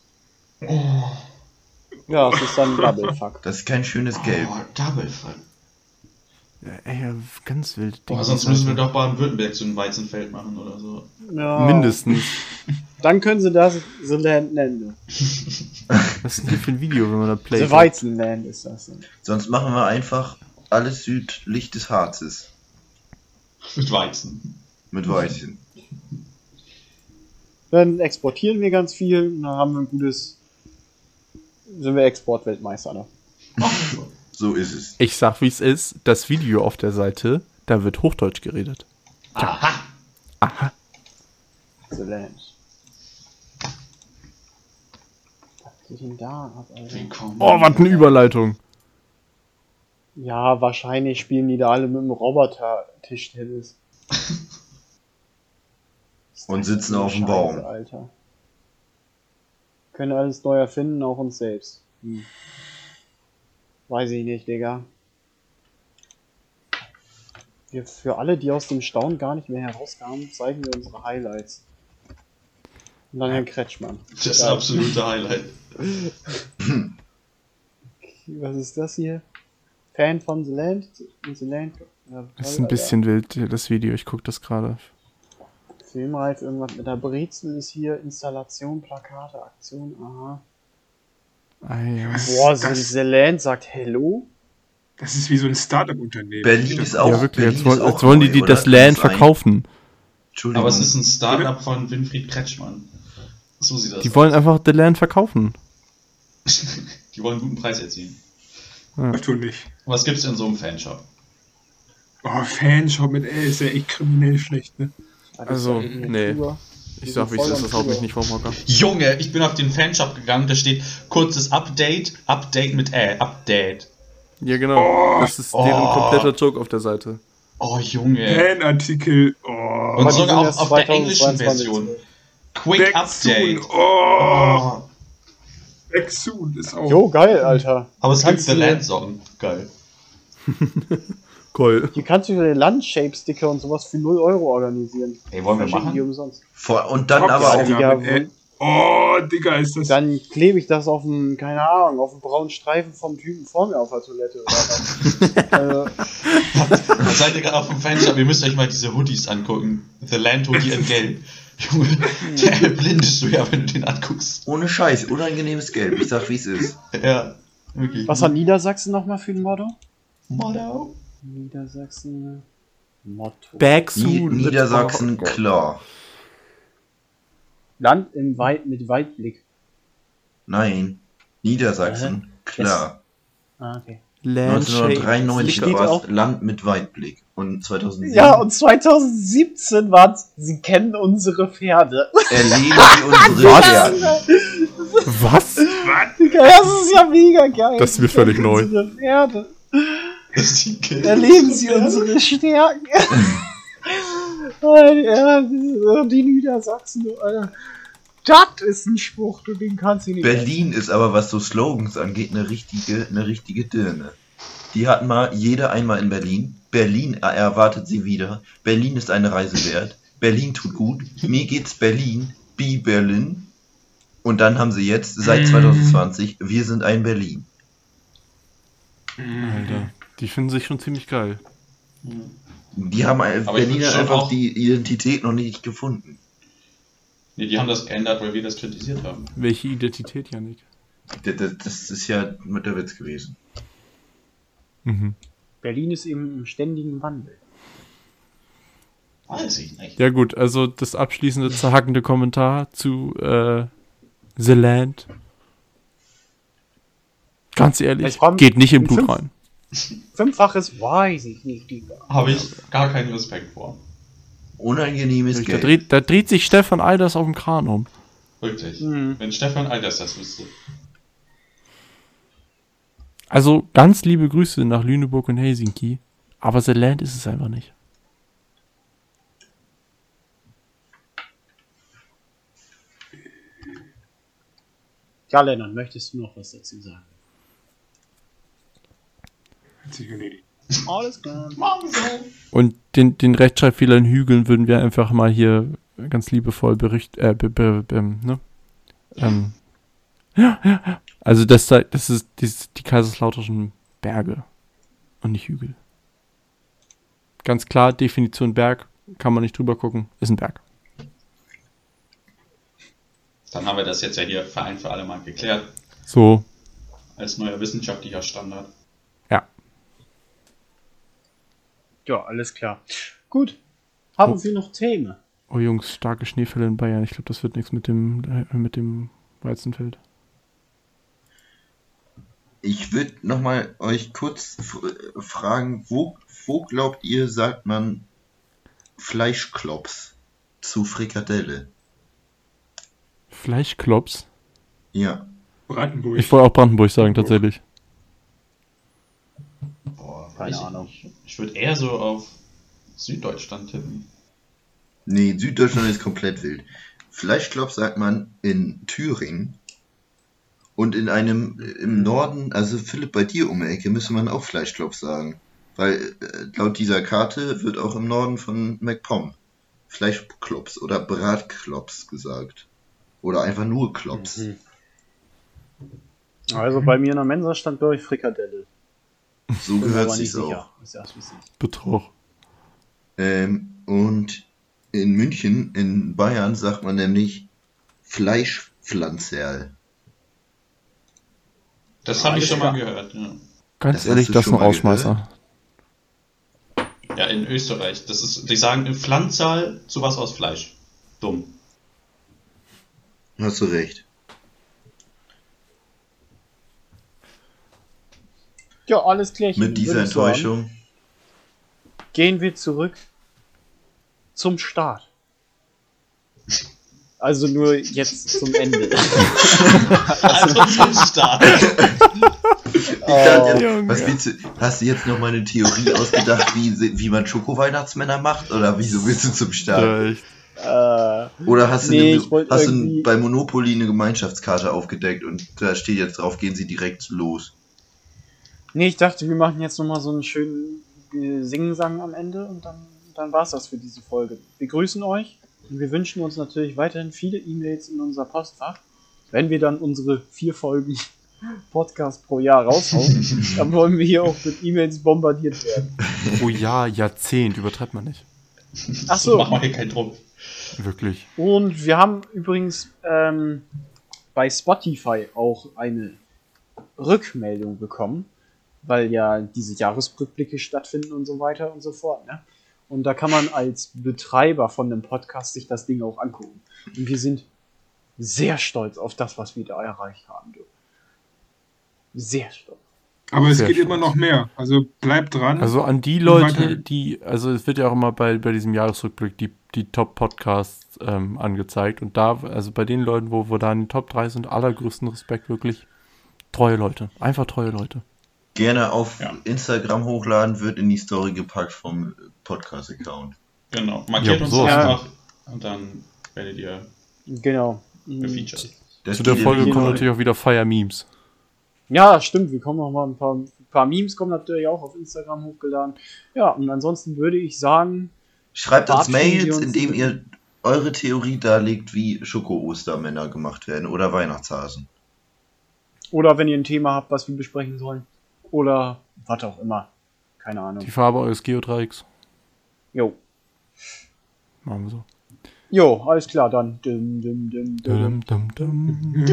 Ja, es ist dann Doublefuck. Das ist kein schönes Gelb. Oh, Double Fun. Ja, ey, ja, ganz wild. Boah, sonst müssen wir doch Baden-Württemberg so ein Weizenfeld machen oder so. Ja. Mindestens. Dann können sie das The Land nennen. Was ist denn hier für ein Video, wenn man da playt? The Weizenland ist das. Dann. Sonst machen wir einfach alles südlich des Harzes. Mit Weizen. Mit Weizen. Dann exportieren wir ganz viel und dann haben wir ein gutes. Sind wir Exportweltmeister, ne? So ist es. Ich sag, wie es ist. Das Video auf der Seite, da wird Hochdeutsch geredet. Aha. Aha. The Land. Was geht denn da ab, Alter? Willkommen. Oh, was eine Überleitung. Ja, wahrscheinlich spielen die da alle mit dem Roboter Tischtennis. Und Das ist sitzen eine auf dem Scheiße, Baum. Alter. Können alles neu erfinden, auch uns selbst. Hm. Weiß ich nicht, Digga. Wir, für alle, die aus dem Staunen gar nicht mehr herauskamen, zeigen wir unsere Highlights. Und dann Herrn Kretschmann. Das Geil. absolute Highlight. Was ist das hier? Fan von The Land? The Land? Ja, Das ist toll, ein bisschen wild, das Video. Ich guck das gerade. Alter. Filmreiz, irgendwas mit der Brezel ist hier. Installation, Plakate, Aktion, aha. Ah, ja. Boah, das? The Land sagt Hello? Das ist wie so ein Startup-Unternehmen. Berlin ist auch. Ja, wirklich. Berlin Jetzt, wollen- ist auch jetzt wollen die, neu, die oder? das Kann Land sein? verkaufen. Entschuldigung. Aber es ist ein Startup von Winfried Kretschmann. So sieht das Die aus. wollen einfach The Land verkaufen. Die wollen einen guten Preis erzielen. Ach, tu nicht. Was gibt's in so einem Fanshop? Oh, Fanshop mit L ist ja echt kriminell schlecht, ne? Das Also, ist ja eine nee. Tour. Ich sag, wie es ist, das haut mich nicht vom Hocker. Junge, ich bin auf den Fanshop gegangen, da steht kurzes Update, Update mit Ä, Update. Ja, genau. Das ist deren Oh. kompletter Joke auf der Seite. Oh, Junge. Fanartikel. Oh. Und Aber die sogar sind auch erst auf der englischen zweitausendzweiundzwanzig. Version. Quick Back Update. soon. Oh. Oh. Back soon ist auch. Jo, geil, Alter. Aber es gibt Kannst The du- Land Socken. Geil. Cool. Hier kannst du dir Landshape-Sticker und sowas für null Euro organisieren. Ey, wollen wir Verschicken die machen? umsonst. Vor, und dann Rock aber auch. Digga, Digga, mit L. Oh, Digga, ist das. Dann klebe ich das auf einen, keine Ahnung, auf einen braunen Streifen vom Typen vor mir auf der Toilette oder was. also, Seid ihr gerade auf dem Fanshop? Ihr müsst euch mal diese Hoodies angucken. The Land Hoodie in Gelb. Junge, der blindest du ja, wenn du den anguckst. Ohne Scheiß, unangenehmes Gelb. Ich sag, wie es ist. Ja, wirklich. was hat Niedersachsen nochmal für ein Motto? Motto? Niedersachsen Motto. Back Ni soon. Niedersachsen, Oh, klar. Land im Weit mit Weitblick. Nein. Niedersachsen, klar. Ah, okay. Landshape. neunzehnhundertdreiundneunzig Steht war auch- es Land mit Weitblick. Und zweitausendsieben Ja, und zweitausendsiebzehn war's, sie kennen unsere Pferde. erleben sie unsere Was? Pferde. Was? Das ist ja mega geil. Das ist mir Sie völlig kennen neu. Unsere Pferde. Das ist die Gelb. Erleben sie unsere Stärken. Ja, die Niedersachsen, du Alter. Das ist ein Spruch, du, den kannst du nicht. Berlin ist aber, was so Slogans angeht, eine richtige, eine richtige Dirne. Die hatten mal jeder einmal in Berlin. Berlin erwartet sie wieder. Berlin ist eine Reise wert. Berlin tut gut. Mir geht's Berlin. Be Berlin. Und dann haben sie jetzt, seit zwanzig zwanzig, wir sind ein Berlin. Alter, die finden sich schon ziemlich geil. Die haben ein- Aber ich Berliner würd schon einfach auch- die Identität noch nicht gefunden. Nee, die haben das geändert, weil wir das kritisiert haben. Welche Identität, Janik? Das, das, das ist ja mit der Witz gewesen. Mhm. Berlin ist eben im ständigen Wandel. Weiß ich nicht. Ja gut, also das abschließende zerhackende Kommentar zu äh, The Land. Ganz ehrlich, Ich komm- geht nicht im mit Blut fünf- rein. Fünffaches weiß ich nicht, Digga. Habe ich gar keinen Respekt vor. Unangenehmes Da Geld. dreht, da dreht sich Stefan Eilers auf dem Kran um. Wirklich. Mhm. Wenn Stefan Eilers das wüsste. Also ganz liebe Grüße nach Lüneburg und Helsinki, aber The Land ist es einfach nicht. Ja, Lennart, möchtest du noch was dazu sagen? Hat sich erledigt. Alles klar. Machen so. Und den, den Rechtschreibfehler in Hügeln würden wir einfach mal hier ganz liebevoll bericht, äh, be, be, be, ne? Ähm, ja, ja, ja. Also das, da- das ist die, die Kaiserslauterschen Berge und nicht Hügel. Ganz klar, Definition Berg, kann man nicht drüber gucken, ist ein Berg. Dann haben wir das jetzt ja hier für ein für alle Mal geklärt. So, Als neuer wissenschaftlicher Standard. ja. Ja, alles klar. Gut. Haben Oh. Sie noch Themen? Oh Jungs, starke Schneefälle in Bayern. Ich glaube, das wird nichts mit dem, äh, mit dem Weizenfeld. Ich würde nochmal euch kurz f- fragen, wo, wo glaubt ihr, sagt man Fleischklops zu Frikadelle? Fleischklops? Ja. Brandenburg. Ich wollte auch Brandenburg sagen, tatsächlich. Boah, Keine weiß ich Ahnung. nicht. Ich würde eher so auf Süddeutschland tippen. Nee, Süddeutschland ist komplett wild. Fleischklops sagt man in Thüringen. Und in einem, im Norden, also Philipp, bei dir um die Ecke, müsste man auch Fleischklops sagen. Weil äh, laut dieser Karte wird auch im Norden von MacPom Fleischklops oder Bratklops gesagt. Oder einfach nur Klops. Mhm. Also bei mir in der Mensa stand bei euch Frikadelle. So Bin mir gehört aber nicht sich's auch. sicher. Ist erst wissen. Betrug. Ähm, und in München, in Bayern, sagt man nämlich Fleischpflanzerl. Das habe ich Alles schon mal klar. gehört. Ja. Ganz Das ehrlich, hast du das ist schon ein mal Rausschmeißer. ja, in Österreich. Das ist, die sagen Pflanzerl zu was aus Fleisch. Dumm. Hast du recht. Ja, alles klärchen. Mit dieser würde ich sagen. Enttäuschung. Gehen wir zurück zum Start. Also nur jetzt zum Ende. Also zum Start. Ich dachte, jetzt, Junge. was willst du, hast du jetzt noch mal eine Theorie ausgedacht, wie, sie- wie man Schoko-Weihnachtsmänner macht? Oder wieso willst du zum Start? Ja, echt. äh, Oder hast du, Nee, eine, ich wollt hast du irgendwie- bei Monopoly eine Gemeinschaftskarte aufgedeckt und da steht jetzt drauf, gehen Sie direkt los. nee, ich dachte, wir machen jetzt nochmal so einen schönen äh, Singsang am Ende und dann, dann war es das für diese Folge. Wir grüßen euch und wir wünschen uns natürlich weiterhin viele E-Mails in unser Postfach. Wenn wir dann unsere vier Folgen Podcast pro Jahr raushauen, dann wollen wir hier auch mit E-Mails bombardiert werden. Oh ja, Jahrzehnt, übertreibt man nicht. Ach so. Mach mal hier keinen Druck. Wirklich. Und wir haben übrigens ähm, bei Spotify auch eine Rückmeldung bekommen, weil ja diese Jahresrückblicke stattfinden und so weiter und so fort. Ne? Und da kann man als Betreiber von einem Podcast sich das Ding auch angucken. Und wir sind sehr stolz auf das, was wir da erreicht haben. Du. Sehr stolz. Aber es Sehr geht stolz. immer noch mehr. Also bleibt dran. Also an die Und Leute, weiter- die, also es wird ja auch immer bei, bei diesem Jahresrückblick die, die Top-Podcasts ähm, angezeigt. Und da, also bei den Leuten, wo, wo da in den Top drei sind, allergrößten Respekt, wirklich treue Leute. Einfach treue Leute. Gerne auf Ja. Instagram hochladen, wird in die Story gepackt vom Podcast-Account. Genau. Markiert Ja, uns so. einfach und dann werdet ihr. Genau. gefeatured. Das Zu der geht Folge in die kommen Neue. natürlich auch wieder Fire-Memes. Ja, stimmt. Wir kommen noch mal ein paar, ein paar Memes kommen natürlich auch auf Instagram hochgeladen. Ja, und ansonsten würde ich sagen, Schreibt uns verabschieden wir Mails, uns indem mit- ihr eure Theorie darlegt, wie Schoko-Ostermänner gemacht werden oder Weihnachtshasen. oder wenn ihr ein Thema habt, was wir besprechen sollen. Oder was auch immer. Keine Ahnung. Die Farbe eures Geodreiecks. Jo. Machen wir so. Jo, alles klar, dann. Dim, dim, dim, dim. Dum, dum, dum.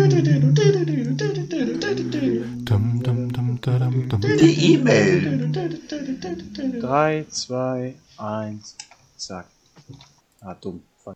Dum, dum, dum, dadum, dum. Die E-Mail. drei, zwei, eins, zack. Ah, dumm.